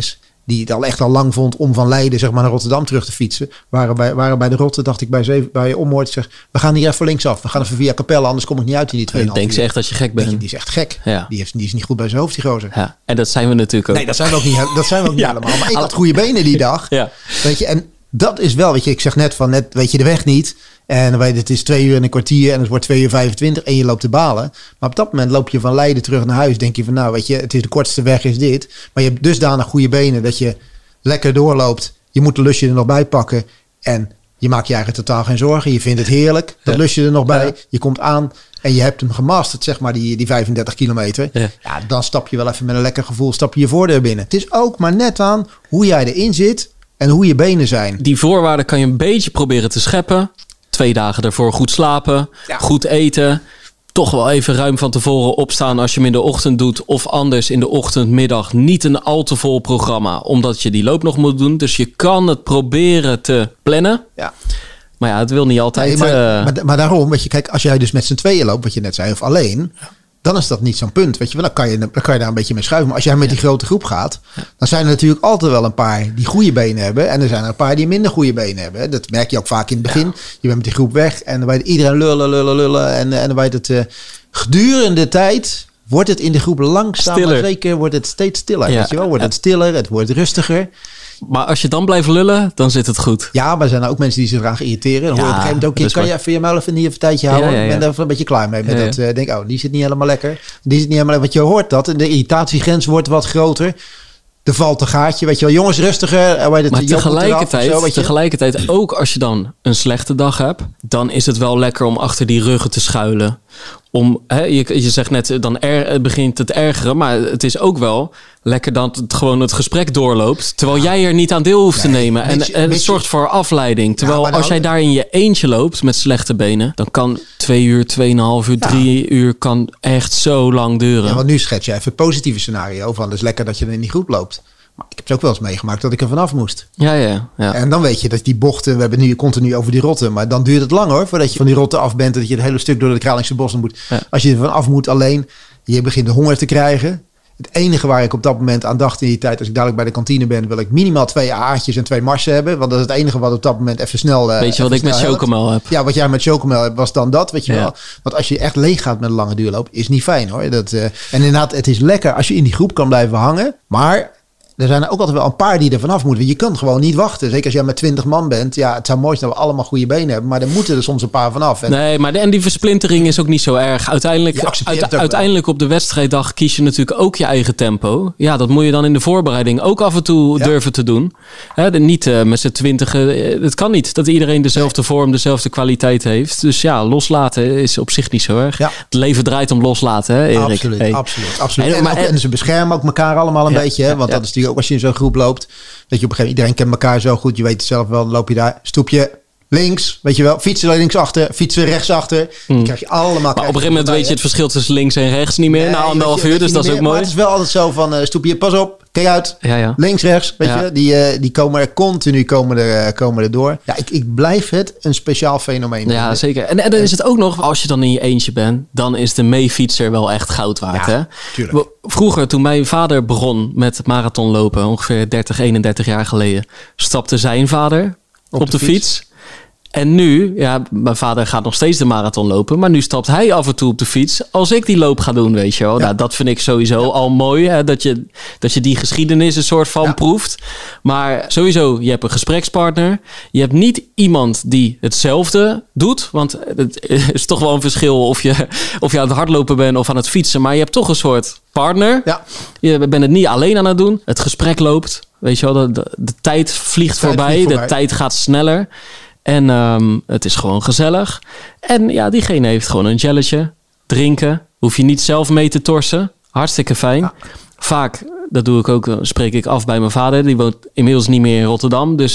die het al echt al lang vond om van Leiden zeg maar, naar Rotterdam terug te fietsen. Waren bij, waren bij de Rotte, dacht ik bij, zeven, bij Ommoord. Zeg, we gaan hier even linksaf. We gaan even via Capelle, anders kom ik niet uit in die twee. Ik denk ze echt dat je gek bent. Je, die is echt gek. Ja. Die, heeft, die is niet goed bij zijn hoofd, die gozer. Ja. En dat zijn we natuurlijk ook. Nee, dat zijn we ook niet, dat zijn we ook niet ja. helemaal. Maar ik had goede benen die dag. Ja. Weet je, en dat is wel, weet je, ik zeg net van, net weet je de weg niet. En weet je, het is twee uur en een kwartier en het wordt twee uur vijfentwintig en je loopt te balen. Maar op dat moment loop je van Leiden terug naar huis. Denk je van, nou weet je, het is de kortste weg is dit. Maar je hebt dusdanig goede benen dat je lekker doorloopt. Je moet de lusje er nog bij pakken. En je maakt je eigenlijk totaal geen zorgen. Je vindt het heerlijk. Dat ja. lusje er nog bij. Ja. Je komt aan en je hebt hem gemasterd, zeg maar, die, die vijfendertig kilometer. Ja. Ja, dan stap je wel even met een lekker gevoel, stap je je voordeur binnen. Het is ook maar net aan hoe jij erin zit en hoe je benen zijn. Die voorwaarden kan je een beetje proberen te scheppen. Twee dagen ervoor goed slapen, Ja. goed eten. Toch wel even ruim van tevoren opstaan als je hem in de ochtend doet. Of anders in de ochtend, middag niet een al te vol programma. Omdat je die loop nog moet doen. Dus je kan het proberen te plannen. Ja. Maar ja, het wil niet altijd. Nee, maar, uh... maar, maar daarom, weet je, kijk, als jij dus met z'n tweeën loopt, wat je net zei, of alleen, dan is dat niet zo'n punt. Weet je wel, dan kan je, dan kan je daar een beetje mee schuiven. Maar als jij met die grote groep gaat, dan zijn er natuurlijk altijd wel een paar die goede benen hebben. En er zijn er een paar die minder goede benen hebben. Dat merk je ook vaak in het begin. Ja. Je bent met die groep weg en dan weet iedereen lullen, lullen, lullen. En, en dan weet het uh, gedurende de tijd wordt het in de groep langzaam, maar zeker wordt het steeds stiller. Ja. Weet je wel, wordt het stiller, het wordt rustiger. Maar als je dan blijft lullen, dan zit het goed. Ja, maar er zijn ook mensen die zich graag irriteren. Dan ja, hoor je op een gegeven moment ook, kan je even je muil even hier even een tijdje houden. Ja, ja, ja. Ik ben daar een beetje klaar mee. Met ja, ja. dat, uh, denk, oh, die zit niet helemaal lekker. Die zit niet helemaal lekker. Want je hoort dat. De irritatiegrens wordt wat groter. Er valt een gaatje, weet je wel. Jongens, rustiger. Maar tegelijkertijd, eraf, zo, tegelijkertijd ook als je dan een slechte dag hebt, dan is het wel lekker om achter die ruggen te schuilen. Om, hè, je, je zegt net, dan er, begint het ergeren. Maar het is ook wel lekker dat het gewoon het gesprek doorloopt. Terwijl ja. jij er niet aan deel hoeft nee, te nemen. En, je, en het zorgt voor afleiding. Terwijl ja, als nou, jij daar in je eentje loopt met slechte benen, dan kan twee uur, tweeënhalf uur, ja. drie uur kan echt zo lang duren. Ja, want nu schets je even het positieve scenario van. Het is lekker dat je in die groep loopt. Maar ik heb het ook wel eens meegemaakt dat ik er vanaf moest. Ja, ja, ja. En dan weet je dat die bochten, we hebben nu continu over die rotten, maar dan duurt het lang hoor, voordat je van die rotten af bent en dat je het hele stuk door de Kralingse bossen moet. Ja. Als je er vanaf moet alleen, je begint de honger te krijgen. Het enige waar ik op dat moment aan dacht in die tijd, als ik dadelijk bij de kantine ben, wil ik minimaal twee A'tjes en twee marsen hebben. Want dat is het enige wat op dat moment even snel... Uh, weet je wat ik met chocomel heb? Ja, wat jij met chocomel hebt, was dan dat, weet je ja. wel. Want als je echt leeg gaat met een lange duurloop, is niet fijn hoor. Dat, uh, en inderdaad, het is lekker als je in die groep kan blijven hangen, maar er zijn er ook altijd wel een paar die er vanaf moeten. Je kan gewoon niet wachten. Zeker als jij met twintig man bent. Ja, het zou mooi zijn dat we allemaal goede benen hebben. Maar er moeten er soms een paar vanaf. En nee, maar de, en die versplintering is ook niet zo erg. Uiteindelijk, uit, uiteindelijk op de wedstrijddag kies je natuurlijk ook je eigen tempo. Ja, dat moet je dan in de voorbereiding ook af en toe ja. durven te doen. He, de, niet uh, met z'n twintigen. Het kan niet dat iedereen dezelfde nee. vorm, dezelfde kwaliteit heeft. Dus ja, loslaten is op zich niet zo erg. Ja. Het leven draait om loslaten, hè, Erik? Absoluut, hey. absoluut. absoluut. En, en, ook, en ze beschermen ook elkaar allemaal een ja, beetje. Hè? Want ja. dat is natuurlijk ook als je in zo'n groep loopt. Dat je op een gegeven moment, iedereen kent elkaar zo goed. Je weet het zelf wel, dan loop je daar, stoepje links, weet je wel. Fietsen linksachter, fietsen rechtsachter. Hmm. Dan krijg je allemaal... Maar op een gegeven moment weet je het verschil tussen links en rechts niet meer. Nee, na anderhalf uur, dus dat is ook mooi. Maar het is wel altijd zo van, uh, stoepje, pas op, kijk uit. Ja, ja. Links, rechts, weet ja. je. Die, uh, die komen er continu komen er, uh, komen er door. Ja, ik, ik blijf het een speciaal fenomeen. Ja, vinden. zeker. En, en dan is het ook nog, als je dan in je eentje bent, dan is de meefietser wel echt goud waard. Ja, hè? Tuurlijk. Vroeger, toen mijn vader begon met marathonlopen, ongeveer dertig, eenendertig jaar geleden, stapte zijn vader op, op de, de fiets. fiets. En nu, ja, mijn vader gaat nog steeds de marathon lopen, maar nu stapt hij af en toe op de fiets als ik die loop ga doen, weet je wel. Ja. Nou, dat vind ik sowieso ja. al mooi, hè, dat je, dat je die geschiedenis een soort van ja. proeft. Maar sowieso, je hebt een gesprekspartner. Je hebt niet iemand die hetzelfde doet, want het is toch wel een verschil of je, of je aan het hardlopen bent of aan het fietsen, maar je hebt toch een soort partner. Ja. Je bent het niet alleen aan het doen. Het gesprek loopt, weet je wel, de, de, de tijd vliegt de tijd voorbij, vliegt voorbij, de tijd gaat sneller. En um, het is gewoon gezellig. En ja, diegene heeft gewoon een jelletje. Drinken. Hoef je niet zelf mee te torsen. Hartstikke fijn. Ja. Vaak, dat doe ik ook, spreek ik af bij mijn vader. Die woont inmiddels niet meer in Rotterdam. Dus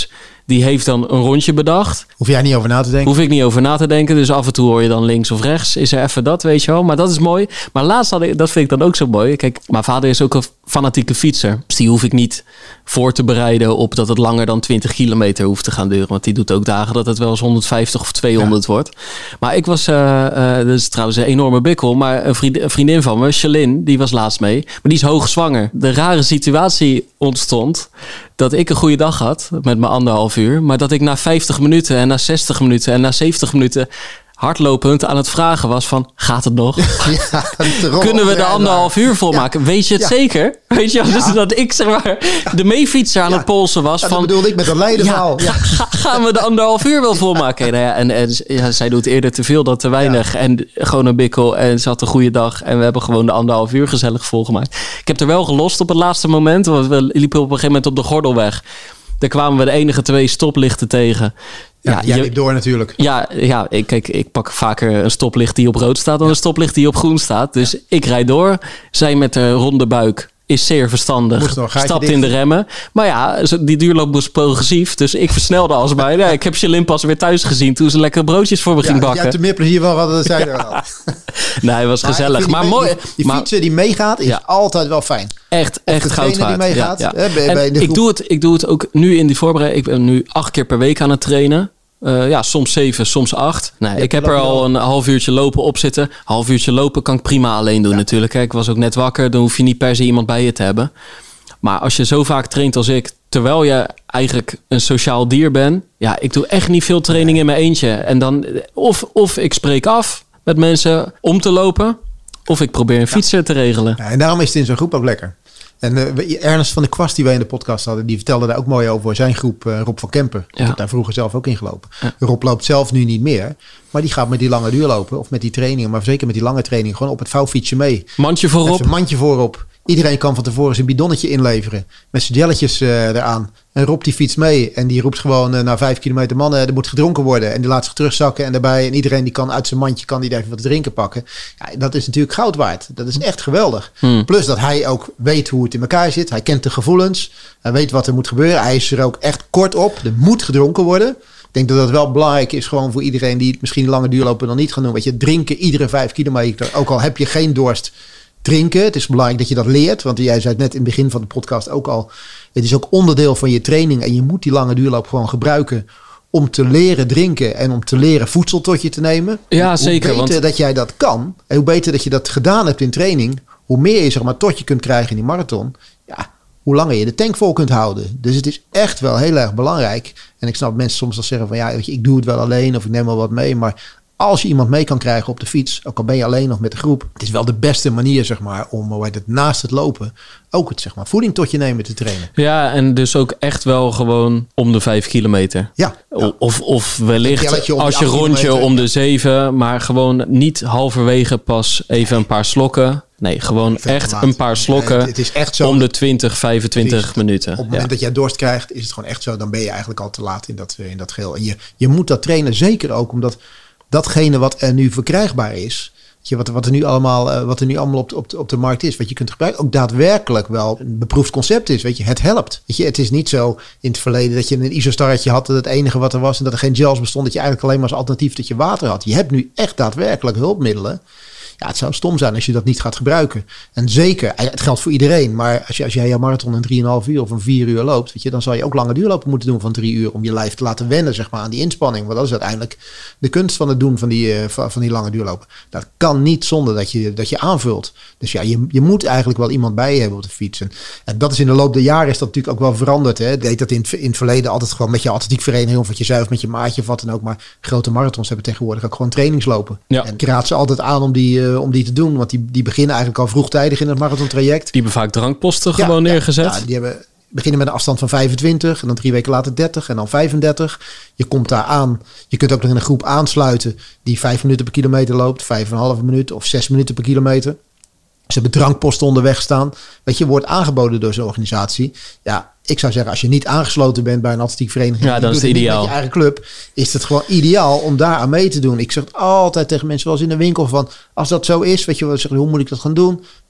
Die heeft dan een rondje bedacht. Hoef jij niet over na te denken? Hoef ik niet over na te denken. Dus af en toe hoor je dan links of rechts. Is er even dat, weet je wel. Maar dat is mooi. Maar laatst had ik, dat vind ik dan ook zo mooi. Kijk, mijn vader is ook een fanatieke fietser. Dus die hoef ik niet voor te bereiden op dat het langer dan twintig kilometer hoeft te gaan duren. Want die doet ook dagen dat het wel eens honderdvijftig of tweehonderd ja. wordt. Maar ik was, uh, uh, dat is trouwens een enorme bikkel. Maar een vriendin, een vriendin van me, Shalin, die was laatst mee. Maar die is hoogzwanger. De rare situatie ontstond dat ik een goede dag had met mijn anderhalf uur. Maar dat ik na vijftig minuten en na zestig minuten en na zeventig minuten hardlopend aan het vragen was van, gaat het nog? Ja, kunnen we de anderhalf uur volmaken? Ja. Weet je het ja. zeker? Weet je, ja. dus dat ik zeg maar de meefietser aan ja. het polsen was. Ja, van, dat bedoelde ik met dat leidenverhaal. Ja, ja. Ga, gaan we de anderhalf uur wel volmaken? Nou ja, en en ja, zij doet eerder te veel dan te weinig. Ja. En gewoon een bikkel en ze had een goede dag. En we hebben gewoon de anderhalf uur gezellig volgemaakt. Ik heb er wel gelost op het laatste moment. Want we liepen op een gegeven moment op de Gordelweg. Daar kwamen we de enige twee stoplichten tegen. Ja, ja, jij liep door natuurlijk. Ja, ja ik, kijk, ik pak vaker een stoplicht die op rood staat dan ja. een stoplicht die op groen staat. Dus ja. ik rijd door. Zij met de ronde buik is zeer verstandig. Nog, stapt in de remmen. Maar ja, die duurloop was progressief. Dus ik versnelde alsmaar. Ja, ik heb Shalin pas weer thuis gezien toen ze lekkere broodjes voor me ja, ging bakken. Ja, hebt er meer plezier van gehad dan zij er al. Nee, het was maar gezellig. Maar mooi. Die, die maar, fietsen die meegaat is ja. altijd wel fijn. Echt, echt goud waard. Die meegaat, ja, ja. Hè, bij, bij ik, doe het, ik doe het ook nu in die voorbereiding. Ik ben nu acht keer per week aan het trainen. Uh, ja, soms zeven, soms acht. Nee, ik heb er al een half uurtje lopen op zitten. Half uurtje lopen kan ik prima alleen doen ja. natuurlijk. Ik was ook net wakker. Dan hoef je niet per se iemand bij je te hebben. Maar als je zo vaak traint als ik, terwijl je eigenlijk een sociaal dier bent. Ja, ik doe echt niet veel training in mijn eentje. En dan of, of ik spreek af met mensen om te lopen. Of ik probeer een fietser ja. te regelen. Ja, en daarom is het in zo'n groep ook lekker. En uh, Ernst van der Kwast, die wij in de podcast hadden, die vertelde daar ook mooi over zijn groep, uh, Rob van Kempen. Ja. Ik heb daar vroeger zelf ook in gelopen. Ja. Rob loopt zelf nu niet meer, maar die gaat met die lange duur lopen of met die trainingen, maar zeker met die lange training gewoon op het vouwfietsje mee. Mandje voorop. Even mandje voorop. Iedereen kan van tevoren zijn bidonnetje inleveren met zijn jelletjes uh, eraan. En Rob die fietst mee en die roept gewoon uh, na vijf kilometer mannen, er moet gedronken worden. En die laat zich terugzakken en daarbij. En iedereen die kan uit zijn mandje kan die even wat drinken pakken. Ja, dat is natuurlijk goud waard. Dat is echt geweldig. Hmm. Plus dat hij ook weet hoe het in elkaar zit. Hij kent de gevoelens. Hij weet wat er moet gebeuren. Hij is er ook echt kort op. Er moet gedronken worden. Ik denk dat dat wel belangrijk is gewoon voor iedereen die het misschien lange duurlopen dan niet gaan doen. Weet je, drinken iedere vijf kilometer. Ook al heb je geen dorst. Drinken. Het is belangrijk dat je dat leert. Want jij zei het net in het begin van de podcast ook al. Het is ook onderdeel van je training. En je moet die lange duurloop gewoon gebruiken. Om te leren drinken. En om te leren voedsel tot je te nemen. Ja, hoe zeker. Hoe beter want... dat jij dat kan. En hoe beter dat je dat gedaan hebt in training. Hoe meer je zeg maar tot je kunt krijgen in die marathon. Ja, hoe langer je de tank vol kunt houden. Dus het is echt wel heel erg belangrijk. En ik snap mensen soms al zeggen van ja, weet je, ik doe het wel alleen. Of ik neem wel wat mee. Maar als je iemand mee kan krijgen op de fiets, ook al ben je alleen nog met de groep, het is wel de beste manier, zeg maar, om hoe heet het, naast het lopen ook het, zeg maar, voeding tot je nemen te trainen. Ja, en dus ook echt wel gewoon om de vijf kilometer. Ja. ja. Of, of wellicht als je rondje om de zeven, maar gewoon niet halverwege pas even een paar slokken. Nee, gewoon echt een paar slokken het is echt zo, om de twintig, vijfentwintig minuten. Op het moment ja. dat jij dorst krijgt, is het gewoon echt zo, dan ben je eigenlijk al te laat in dat, in dat geheel. En je, je moet dat trainen, zeker ook omdat datgene wat er nu verkrijgbaar is, je, wat, wat er nu allemaal, wat er nu allemaal op, op, op de markt is, wat je kunt gebruiken, ook daadwerkelijk wel een beproefd concept is. Weet je, het helpt. Weet je, het is niet zo in het verleden dat je een isostarretje had, dat het enige wat er was en dat er geen gels bestond, dat je eigenlijk alleen maar als alternatief dat je water had. Je hebt nu echt daadwerkelijk hulpmiddelen. Ja, het zou stom zijn als je dat niet gaat gebruiken. En zeker, het geldt voor iedereen. Maar als, je, als jij jouw marathon in drieënhalf uur of een vier uur loopt, weet je, dan zal je ook lange duurlopen moeten doen van drie uur om je lijf te laten wennen, zeg maar, aan die inspanning. Want dat is uiteindelijk de kunst van het doen van die, uh, van, van die lange duurlopen. Dat kan niet zonder dat je, dat je aanvult. Dus ja, je, je moet eigenlijk wel iemand bij je hebben op de fiets. En, en dat is in de loop der jaren is dat natuurlijk ook wel veranderd. Hè. Deed dat in, in het verleden altijd gewoon met je atletiekvereniging of wat je zei of met je maatje of wat dan ook. Maar grote marathons hebben tegenwoordig ook gewoon trainingslopen. Ja. En ik raad ze altijd aan om die, uh, om die te doen. Want die, die beginnen eigenlijk al vroegtijdig in het marathontraject. Die hebben vaak drankposten ja, gewoon neergezet. Ja, ja, die hebben, beginnen met een afstand van vijfentwintig. En dan drie weken later dertig. En dan vijfendertig. Je komt daar aan. Je kunt ook nog in een groep aansluiten. Die vijf minuten per kilometer loopt. Vijf en een halve minuut. Of zes minuten per kilometer. Ze hebben drankposten onderweg staan. Weet je, wordt aangeboden door zo'n organisatie. Ja, ik zou zeggen, als je niet aangesloten bent bij een atletiekvereniging, ja, dat is het ideaal. Met je eigen club, is het gewoon ideaal om daar aan mee te doen. Ik zeg altijd tegen mensen, zoals in de winkel, van als dat zo is, weet je, wat zeggen, hoe moet ik dat gaan doen? Weet je,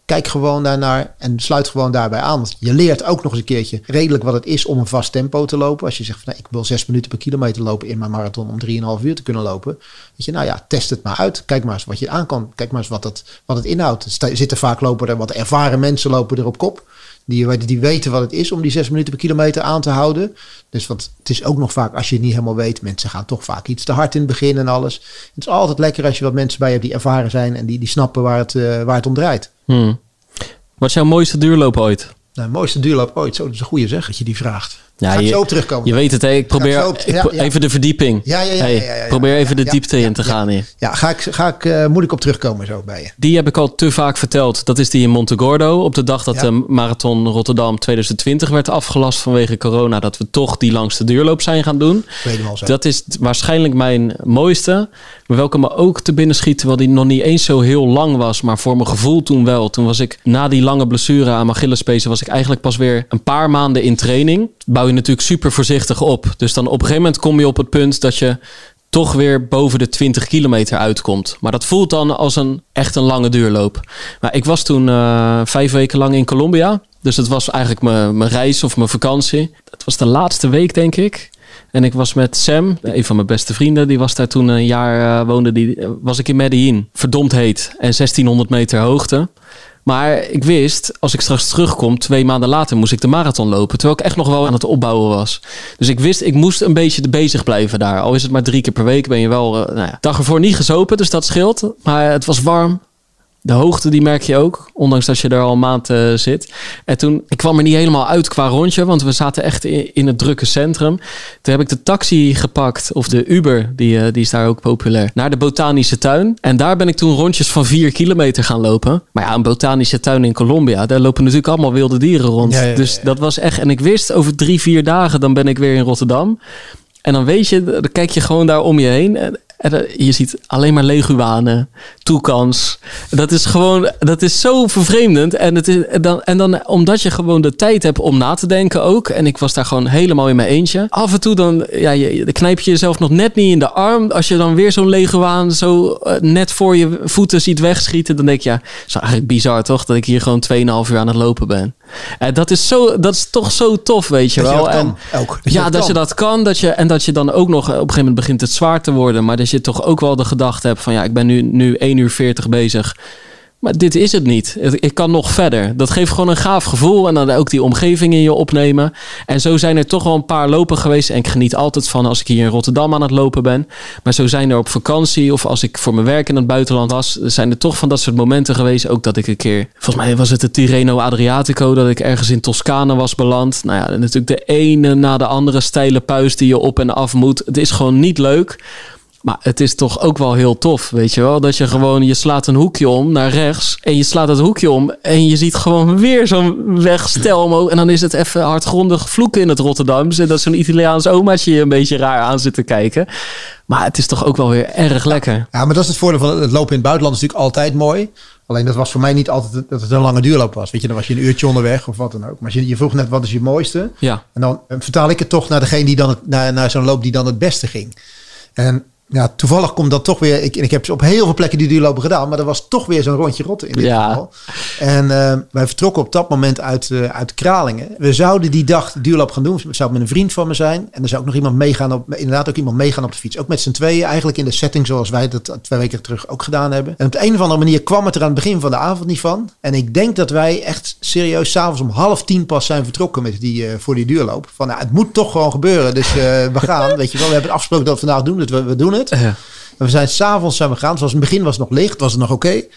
kijk gewoon daarnaar en sluit gewoon daarbij aan. Want je leert ook nog eens een keertje redelijk wat het is om een vast tempo te lopen. Als je zegt, van, nou, ik wil zes minuten per kilometer lopen in mijn marathon om drieënhalf uur te kunnen lopen. Weet je, nou ja, test het maar uit. Kijk maar eens wat je aan kan. Kijk maar eens wat het, wat het inhoudt. Er zitten vaak lopen er wat ervaren mensen lopen er op kop. Die, die weten wat het is om die zes minuten per kilometer aan te houden. Dus want het is ook nog vaak, als je het niet helemaal weet, mensen gaan toch vaak iets te hard in het begin en alles. Het is altijd lekker als je wat mensen bij hebt die ervaren zijn en die, die snappen waar het, uh, waar het om draait. Hmm. Wat is jouw mooiste duurloop ooit? Nou, mooiste duurloop ooit. Zo, dat is een goede zeg dat je die vraagt. Ja, Ga ik je, zo op terugkomen. Je weet het, hè? Ik probeer op, ja, ja. even de verdieping. Ja, ja, ja. Hey, ja, ja, ja probeer even ja, de diepte ja, in te ja, gaan ja. hier. Ja, ga ik, ga ik, uh, moet ik op terugkomen zo bij je. Die heb ik al te vaak verteld. Dat is die in Montegordo. Op de dag dat ja. de Marathon Rotterdam twintig twintig werd afgelast vanwege corona. Dat we toch die langste duurloop zijn gaan doen. Zo. Dat is waarschijnlijk mijn mooiste. Maar welke me ook te binnen schiet. Terwijl die nog niet eens zo heel lang was. Maar voor mijn gevoel toen wel. Toen was ik na die lange blessure aan mijn Achillespees. Was ik eigenlijk pas weer een paar maanden in training. Bouw je natuurlijk super voorzichtig op. Dus dan op een gegeven moment kom je op het punt dat je toch weer boven de twintig kilometer uitkomt. Maar dat voelt dan als een echt een lange duurloop. Maar ik was toen uh, vijf weken lang in Colombia. Dus het was eigenlijk mijn, mijn reis of mijn vakantie. Dat was de laatste week, denk ik. En ik was met Sam, een van mijn beste vrienden. Die was daar toen een jaar uh, woonde. Die uh, was ik in Medellin. Verdomd heet. En zestienhonderd meter hoogte. Maar ik wist, als ik straks terugkom, twee maanden later moest ik de marathon lopen. Terwijl ik echt nog wel aan het opbouwen was. Dus ik wist, ik moest een beetje bezig blijven daar. Al is het maar drie keer per week, ben je wel... Uh, nou ja, dag ervoor niet gezopen, dus dat scheelt. Maar het was warm. De hoogte, die merk je ook. Ondanks dat je er al een maand uh, zit. En toen, ik kwam er niet helemaal uit qua rondje. Want we zaten echt in, in het drukke centrum. Toen heb ik de taxi gepakt. Of de Uber, die, uh, die is daar ook populair. Naar de botanische tuin. En daar ben ik toen rondjes van vier kilometer gaan lopen. Maar ja, een botanische tuin in Colombia. Daar lopen natuurlijk allemaal wilde dieren rond. Ja, ja, ja, ja. Dus dat was echt... En ik wist, over drie, vier dagen dan ben ik weer in Rotterdam. En dan weet je, dan kijk je gewoon daar om je heen... En, En je ziet alleen maar leguanen, toekans. Dat is gewoon, dat is zo vervreemdend. En, het is, en, dan, en dan omdat je gewoon de tijd hebt om na te denken ook. En ik was daar gewoon helemaal in mijn eentje. Af en toe dan, ja, je, dan knijp je jezelf nog net niet in de arm. Als je dan weer zo'n leguaan zo uh, net voor je voeten ziet wegschieten. Dan denk je, ja, dat is eigenlijk bizar toch? Dat ik hier gewoon tweeënhalf uur aan het lopen ben. En dat is, zo, dat is toch zo tof, weet je dat wel. Je dat en, kan, ook. Dat ja, je dat, dat kan. je dat kan. Dat je, en dat je dan ook nog, op een gegeven moment begint het zwaar te worden. Maar dat je toch ook wel de gedachte hebt van ja, ik ben nu, nu één uur veertig bezig. Maar dit is het niet. Ik kan nog verder. Dat geeft gewoon een gaaf gevoel. En dan ook die omgeving in je opnemen. En zo zijn er toch wel een paar lopen geweest. En ik geniet altijd van als ik hier in Rotterdam aan het lopen ben. Maar zo zijn er op vakantie of als ik voor mijn werk in het buitenland was. Zijn er toch van dat soort momenten geweest. Ook dat ik een keer, volgens mij was het de Tirreno Adriatico. Dat ik ergens in Toscane was beland. Nou ja, natuurlijk de ene na de andere steile puis die je op en af moet. Het is gewoon niet leuk. Maar het is toch ook wel heel tof, weet je wel? Dat je gewoon, je slaat een hoekje om naar rechts. En je slaat het hoekje om. En je ziet gewoon weer zo'n wegstel omhoog. En dan is het even hardgrondig vloeken in het Rotterdamse. Dat zo'n Italiaans omaatje je een beetje raar aan zit te kijken. Maar het is toch ook wel weer erg lekker. Ja, ja, maar dat is het voordeel van het lopen in het buitenland. Is natuurlijk altijd mooi. Alleen dat was voor mij niet altijd dat het een lange duurloop was. Weet je, dan was je een uurtje onderweg of wat dan ook. Maar je, je vroeg net, wat is je mooiste? Ja. En dan vertaal ik het toch naar degene die dan het, naar, naar zo'n loop die dan het beste ging. En ja, toevallig komt dat toch weer... Ik, ik heb op heel veel plekken die duurlopen gedaan... maar er was toch weer zo'n rondje rotte in dit ja. geval. En uh, wij vertrokken op dat moment uit, uh, uit Kralingen. We zouden die dag de duurloop gaan doen. Het zou met een vriend van me zijn. En er zou ook nog iemand meegaan op... Inderdaad ook iemand meegaan op de fiets. Ook met z'n tweeën. Eigenlijk in de setting zoals wij dat twee weken terug ook gedaan hebben. En op de een of andere manier kwam het er aan het begin van de avond niet van. En ik denk dat wij echt serieus 's avonds om half tien pas zijn vertrokken met die, uh, voor die duurloop. Van nou, het moet toch gewoon gebeuren. Dus uh, we gaan, weet je wel. We hebben afgesproken dat we vandaag doen. Dus we, we doen het. Ja. En we zijn s'avonds zijn we gegaan. Zoals in het begin was het nog licht. Was het nog oké. Okay.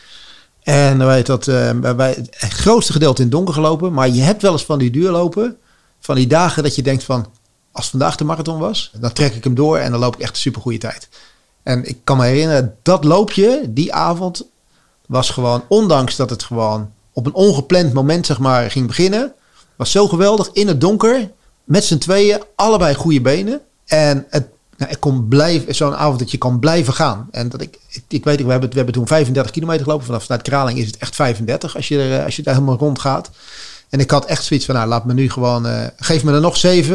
En dan weet dat uh, wij het grootste gedeelte in het donker gelopen. Maar je hebt wel eens van die duurlopen. Van die dagen dat je denkt van... Als vandaag de marathon was. Dan trek ik hem door. En dan loop ik echt een supergoeie tijd. En ik kan me herinneren. Dat loopje die avond. Was gewoon. Ondanks dat het gewoon op een ongepland moment zeg maar ging beginnen. Was zo geweldig. In het donker. Met z'n tweeën. Allebei goede benen. En het Nou, ik kon blijven, zo'n avond dat je kan blijven gaan. En dat ik, ik, ik weet, we hebben, we hebben toen vijfendertig kilometer gelopen. Vanaf vanuit Kraling is het echt vijfendertig als je, er, als je daar helemaal rond gaat. En ik had echt zoiets van, nou, laat me nu gewoon, uh, geef me er nog zeven.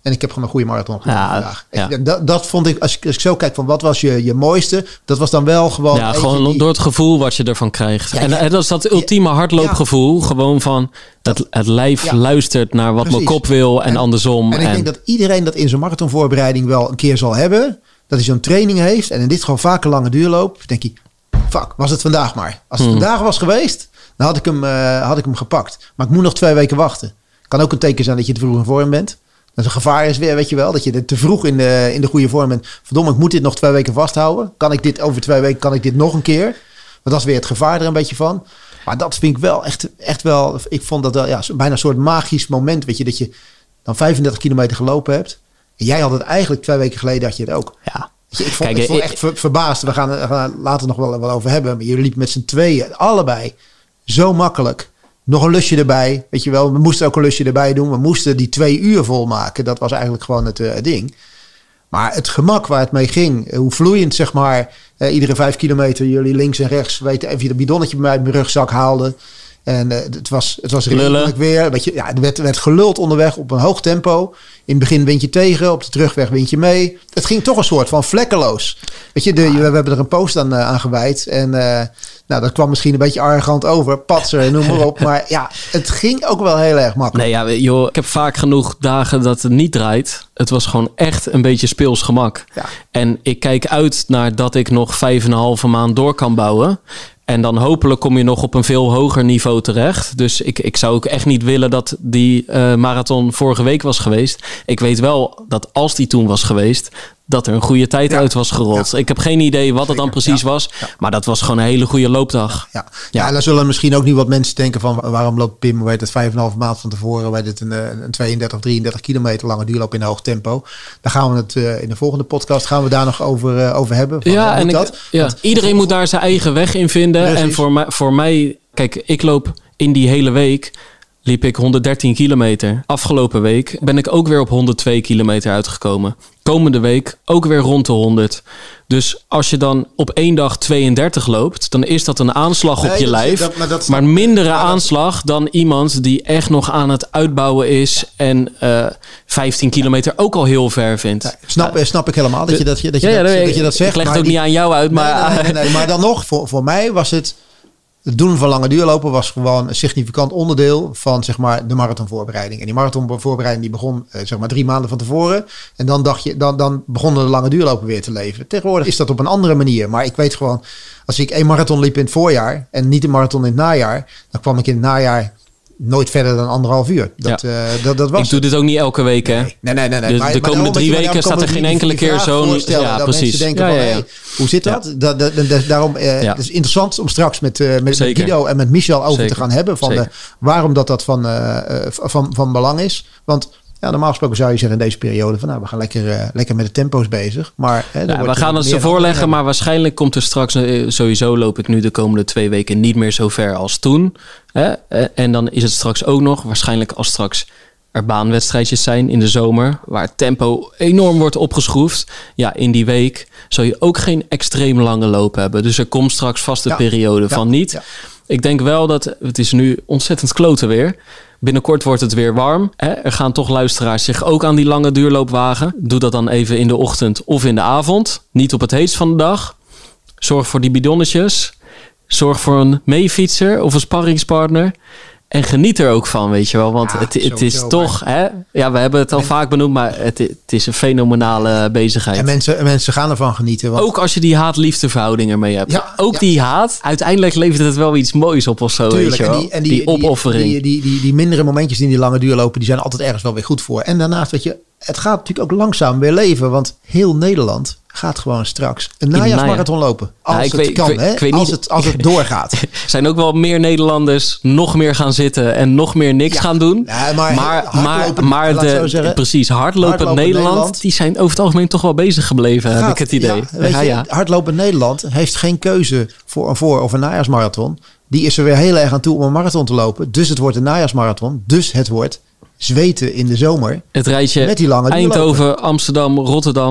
En ik heb gewoon een goede marathon gedaan Ja, vandaag. ja. Ik, dat, dat vond ik, als ik, als ik zo kijk van wat was je, je mooiste, dat was dan wel gewoon... Ja, gewoon die, door het gevoel wat je ervan krijgt. Ja, en, ja. en dat is dat ultieme hardloopgevoel. Ja. Gewoon van het, het lijf ja. luistert naar wat Precies. mijn kop wil en, en andersom. En ik en, denk dat iedereen dat in zijn marathonvoorbereiding wel een keer zal hebben. Dat hij zo'n training heeft. En in dit geval vaak een lange duurloop. Dan denk je, fuck, was het vandaag maar. Als het Hmm. vandaag was geweest, dan had ik, hem, uh, had ik hem gepakt. Maar ik moet nog twee weken wachten. Kan ook een teken zijn dat je te vroeg in vorm bent. Dat is een gevaar is weer, weet je wel. Dat je te vroeg in de, in de goede vorm bent. Verdomme, ik moet dit nog twee weken vasthouden. Kan ik dit over twee weken, kan ik dit nog een keer? Want dat is weer het gevaar er een beetje van. Maar dat vind ik wel echt, echt wel... Ik vond dat wel ja, bijna een soort magisch moment. Weet je, dat je dan vijfendertig kilometer gelopen hebt. En jij had het eigenlijk twee weken geleden had je het ook. ja. Weet je, ik vond, Kijk, ik vond ik- echt ver, verbaasd. We gaan er gaan er later nog wel wat over hebben. Maar jullie liepen met z'n tweeën, allebei, zo makkelijk. Nog een lusje erbij, weet je wel. We moesten ook een lusje erbij doen. We moesten die twee uur volmaken. Dat was eigenlijk gewoon het, uh, het ding. Maar het gemak waar het mee ging, hoe vloeiend zeg maar, uh, iedere vijf kilometer jullie links en rechts weten even dat bidonnetje bij mij uit mijn rugzak haalden. En uh, het was, het was redelijk weer. Weet je, ja, er werd, werd geluld onderweg op een hoog tempo. In het begin wind je tegen, op de terugweg wind je mee. Het ging toch een soort van vlekkeloos. Weet je, de, we hebben er een post aan, uh, aan gewijd. En uh, nou, dat kwam misschien een beetje arrogant over. Patser en noem maar op. Maar ja, het ging ook wel heel erg makkelijk. Nee, ja, joh, ik heb vaak genoeg dagen dat het niet draait. Het was gewoon echt een beetje speels gemak. Ja. En ik kijk uit naar dat ik nog vijf en een halve maand door kan bouwen. En dan hopelijk kom je nog op een veel hoger niveau terecht. Dus ik, ik zou ook echt niet willen dat die uh, marathon vorige week was geweest. Ik weet wel dat als die toen was geweest, dat er een goede tijd Ja. uit was gerold. Ja. Ik heb geen idee wat het dan precies Ja. was. Ja. Maar dat was gewoon een hele goede loopdag. Ja. Ja. Ja. ja, en dan zullen misschien ook niet wat mensen denken van waarom loopt Pim, weet het, vijf en een halve maand van tevoren, weet het, een, een tweeëndertig, drieëndertig kilometer lange duurloop in een hoog tempo. Daar gaan we het uh, in de volgende podcast gaan we daar nog over, uh, over hebben. Van, Ja, en ik, dat? ja. Want, iedereen moet daar zijn eigen weg in vinden. Precies. En voor mij, voor mij, kijk, ik loop in die hele week liep ik honderddertien kilometer. Afgelopen week ben ik ook weer op honderdtwee kilometer uitgekomen. Komende week ook weer rond de honderd. Dus als je dan op één dag tweeëndertig loopt, dan is dat een aanslag Nee, op je dat- lijf. dat- maar dat- maar mindere maar dat- aanslag dan iemand die echt nog aan het uitbouwen is en uh, vijftien kilometer ook al heel ver vindt. Ja, snap, snap ik helemaal dat je dat, je, dat, je Ja, ja, dat, nee, dat je dat zegt. ik leg het maar ook die- niet aan jou uit, maar Nee, nee, nee, nee, maar dan nog, voor, voor mij was het... Het doen van lange duurlopen was gewoon een significant onderdeel van zeg maar, de marathonvoorbereiding. En die marathonvoorbereiding die begon eh, zeg maar, drie maanden van tevoren. En dan, dacht je, dan, dan begonnen de lange duurlopen weer te leven. Tegenwoordig is dat op een andere manier. Maar ik weet gewoon, als ik één marathon liep in het voorjaar en niet een marathon in het najaar, dan kwam ik in het najaar nooit verder dan anderhalf uur. Dat, Ja. uh, dat, dat was ik doe dit ook niet elke week, hè? Nee, nee, nee. nee. De, Maar- de maar komende daarom drie moet je- maar weken daarom staat er kan geen ik me enkele die keer vraag zo'n... voorstellen Ja, dat precies. mensen denken Ja, van, ja, ja. hey, hoe zit dat? dat, dat, dat, dat daarom, eh, Ja. Het is interessant om straks met, uh, met, met Zeker. Guido en met Michel over Zeker. te gaan hebben. Van, Zeker. uh, waarom dat, dat van, uh, van, van belang is. Want ja, normaal gesproken zou je zeggen in deze periode van nou, we gaan lekker, uh, lekker met de tempo's bezig. Maar hè, Ja, wordt we gaan er het meer ze van voorleggen, hebben. maar waarschijnlijk komt er straks... eh, Sowieso loop ik nu de komende twee weken niet meer zo ver als toen. Hè? Eh, En dan is het straks ook nog, waarschijnlijk als straks er baanwedstrijdjes zijn in de zomer, waar het tempo enorm wordt opgeschroefd. Ja, in die week zul je ook geen extreem lange loop hebben. Dus er komt straks vast een Ja. periode Ja. van niet. Ja. Ik denk wel dat, het is nu ontzettend kloten weer. Binnenkort wordt het weer warm. Hè? Er gaan toch luisteraars zich ook aan die lange duurloop wagen. Doe dat dan even in de ochtend of in de avond. Niet op het heetst van de dag. Zorg voor die bidonnetjes. Zorg voor een meefietser of een sparringspartner. En geniet er ook van, weet je wel. Want Ja, het, het is sowieso, toch... Hè? Ja, we hebben het al En- vaak benoemd, maar het, het is een fenomenale bezigheid. En mensen, en mensen gaan ervan genieten. Want Ook als je die haat-liefde verhouding ermee hebt. Ja, ook ja. die haat, uiteindelijk levert het wel iets moois op of zo, weet Tuurlijk, je en wel. die, en die, opoffering. Die, die, die, die mindere momentjes die in die lange duur lopen, die zijn altijd ergens wel weer goed voor. En daarnaast, weet je, het gaat natuurlijk ook langzaam weer leven. Want heel Nederland gaat gewoon straks een najaarsmarathon lopen. Als Ja, ik het weet- kan, ik weet- hè? ik weet als, niet- het, als het doorgaat. Er zijn ook wel meer Nederlanders nog meer gaan zitten en nog meer niks Ja. gaan doen. Ja, maar maar maar, hardlopen, maar laat ik zo de, zeggen. precies, hardlopend Hardlopen Nederland, Nederland. die zijn over het algemeen toch wel bezig gebleven, heb Gaat, ik het idee. Ja, weet Ja, je, ja. Hardlopen Nederland heeft geen keuze voor een voor- of een najaarsmarathon. Die is er weer heel erg aan toe om een marathon te lopen. Dus het wordt een najaarsmarathon. Dus het wordt zweten in de zomer. Het rijtje Met die lange Eindhoven, Amsterdam, Rotterdam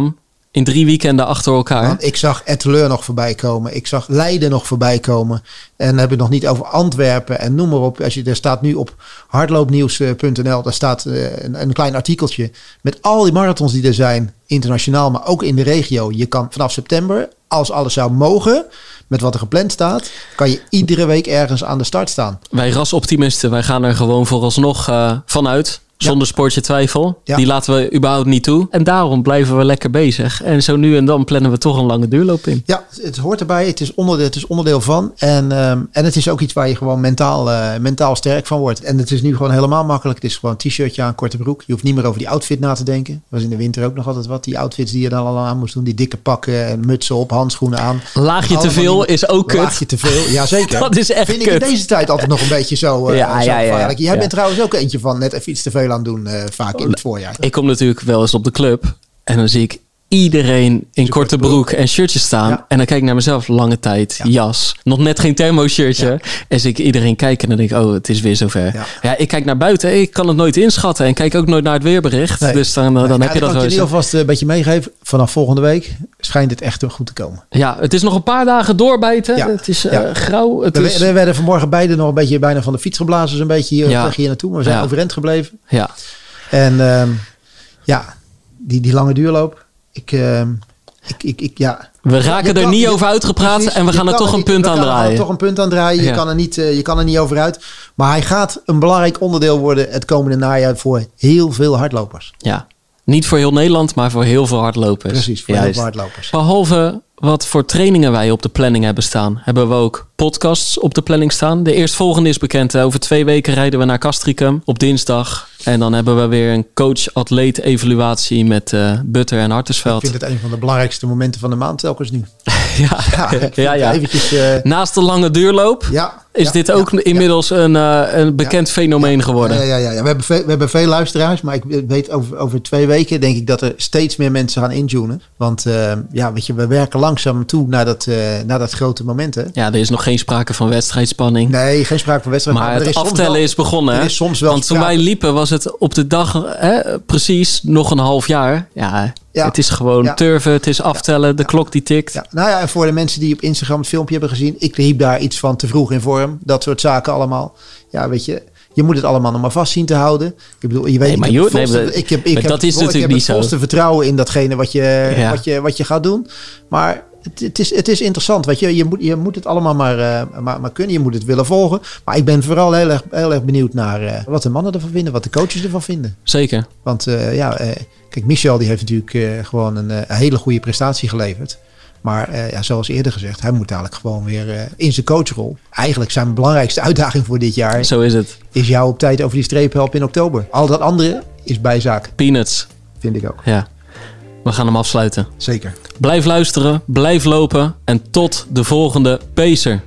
In drie weekenden achter elkaar. Want ik zag Etteleur nog voorbij komen. Ik zag Leiden nog voorbij komen. En dan heb ik het nog niet over Antwerpen en noem maar op. Als je, er staat nu op hardloopnieuws punt n l, daar staat een, een klein artikeltje met al die marathons die er zijn, internationaal, maar ook in de regio. Je kan vanaf september, als alles zou mogen, met wat er gepland staat, kan je iedere week ergens aan de start staan. Wij rasoptimisten, wij gaan er gewoon vooralsnog uh, vanuit. Zonder ja. sportje twijfel. Ja. Die laten we überhaupt niet toe. En daarom blijven we lekker bezig. En zo nu en dan plannen we toch een lange duurloop in. Ja, het hoort erbij. Het is onderdeel, het is onderdeel van. En, um, en het is ook iets waar je gewoon mentaal, uh, mentaal sterk van wordt. En het is nu gewoon helemaal makkelijk. Het is gewoon een t-shirtje aan, korte broek. Je hoeft niet meer over die outfit na te denken. Dat was in de winter ook nog altijd wat. Die outfits die je dan al aan moest doen. Die dikke pakken en mutsen op, handschoenen aan. Laagje te veel is ook kut. Laagje te veel, ja zeker. Dat is echt Vind kut. ik in deze tijd altijd nog een beetje zo, uh, ja, zo ja, ja, gevaarlijk. Jij ja. bent trouwens ook eentje van net even iets te veel aan doen, uh, vaak in het voorjaar. Ik kom natuurlijk wel eens op de club en dan zie ik iedereen in korte broek en shirtjes staan. Ja. En dan kijk ik naar mezelf, lange tijd, ja. jas. Nog net geen thermo-shirtje. Ja. En zie ik iedereen kijken en dan denk ik, oh, het is weer zover. Ja. ja, ik kijk naar buiten, ik kan het nooit inschatten. En kijk ook nooit naar het weerbericht. Nee. Dus dan, dan nee, heb ja, je dat wel eens. Ik kan je alvast een beetje meegeven. Vanaf volgende week schijnt het echt goed te komen. Ja, het is nog een paar dagen doorbijten. Ja. Het is uh, ja. grauw. Het we, is... we werden vanmorgen beide nog een beetje bijna van de fiets geblazen. Een beetje hier, ja. hier naartoe. Maar we zijn ja. overeind gebleven. Ja. En um, ja, die, die lange duurloop. Ik... Um, Ik, ik, ik, ja. We raken er niet over uitgepraat precies, en we gaan er toch een punt aan draaien. We gaan er toch een punt aan draaien. Je, ja. kan er niet, uh, je kan er niet over uit. Maar hij gaat een belangrijk onderdeel worden het komende najaar voor heel veel hardlopers. Ja, niet voor heel Nederland, maar voor heel veel hardlopers. Precies, voor Juist. heel veel hardlopers. Behalve wat voor trainingen wij op de planning hebben staan, hebben we ook podcasts op de planning staan. De eerstvolgende is bekend. Over twee weken rijden we naar Castricum op dinsdag. En dan hebben we weer een coach-atleet evaluatie met uh, Butter en Hartensveld. Ik vind het een van de belangrijkste momenten van de maand telkens nu. ja, ja, ja, ja. Eventjes, uh... Naast de lange duurloop ja, is ja, dit ook ja, inmiddels ja. Een, uh, een bekend ja, fenomeen ja, geworden. Ja, ja, ja, ja. We, hebben veel, we hebben veel luisteraars, maar ik weet over, over twee weken denk ik dat er steeds meer mensen gaan intunen. Want uh, ja, weet je, we werken langzaam toe naar dat, uh, naar dat grote moment. Hè? Ja, er is nog geen sprake van wedstrijdspanning. Nee, geen sprake van wedstrijd. Maar, maar het is aftellen wel, is begonnen. Hè? Is soms wel Want toen wij liepen was het op de dag hè, precies nog een half jaar. Ja, ja. Het is gewoon ja. turven, het is aftellen, ja. de ja. klok die tikt. Ja. Nou ja, en voor de mensen die op Instagram het filmpje hebben gezien. Ik liep daar iets van te vroeg in vorm. Dat soort zaken allemaal. Ja, weet je... Je moet het allemaal nog maar vast zien te houden. Ik bedoel, je weet, nee, maar ik heb joh, volste, nee, ik heb, ik maar heb, dat is ik natuurlijk heb niet zo. Ik heb het volste vertrouwen in datgene wat je, ja. wat je, wat je gaat doen. Maar het, het, is, het is interessant. Weet je, je, moet, je moet het allemaal maar, uh, maar, maar kunnen. Je moet het willen volgen. Maar ik ben vooral heel erg, heel erg benieuwd naar uh, wat de mannen ervan vinden. Wat de coaches ervan vinden. Zeker. Want uh, ja, uh, kijk, Michel die heeft natuurlijk uh, gewoon een, uh, een hele goede prestatie geleverd. Maar uh, ja, zoals eerder gezegd, hij moet dadelijk gewoon weer uh, in zijn coachrol. Eigenlijk zijn belangrijkste uitdaging voor dit jaar. Zo is het. Is jou op tijd over die streep helpen in oktober. Al dat andere is bijzaak. Peanuts. Vind ik ook. Ja. We gaan hem afsluiten. Zeker. Blijf luisteren, blijf lopen en tot de volgende Pacer.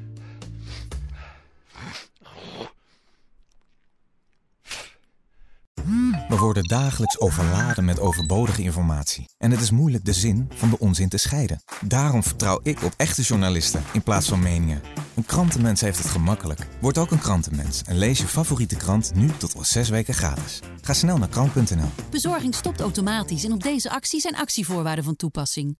We worden dagelijks overladen met overbodige informatie. En het is moeilijk de zin van de onzin te scheiden. Daarom vertrouw ik op echte journalisten in plaats van meningen. Een krantenmens heeft het gemakkelijk. Word ook een krantenmens en lees je favoriete krant nu tot al zes weken gratis. Ga snel naar krant punt n l. Bezorging stopt automatisch en op deze actie zijn actievoorwaarden van toepassing.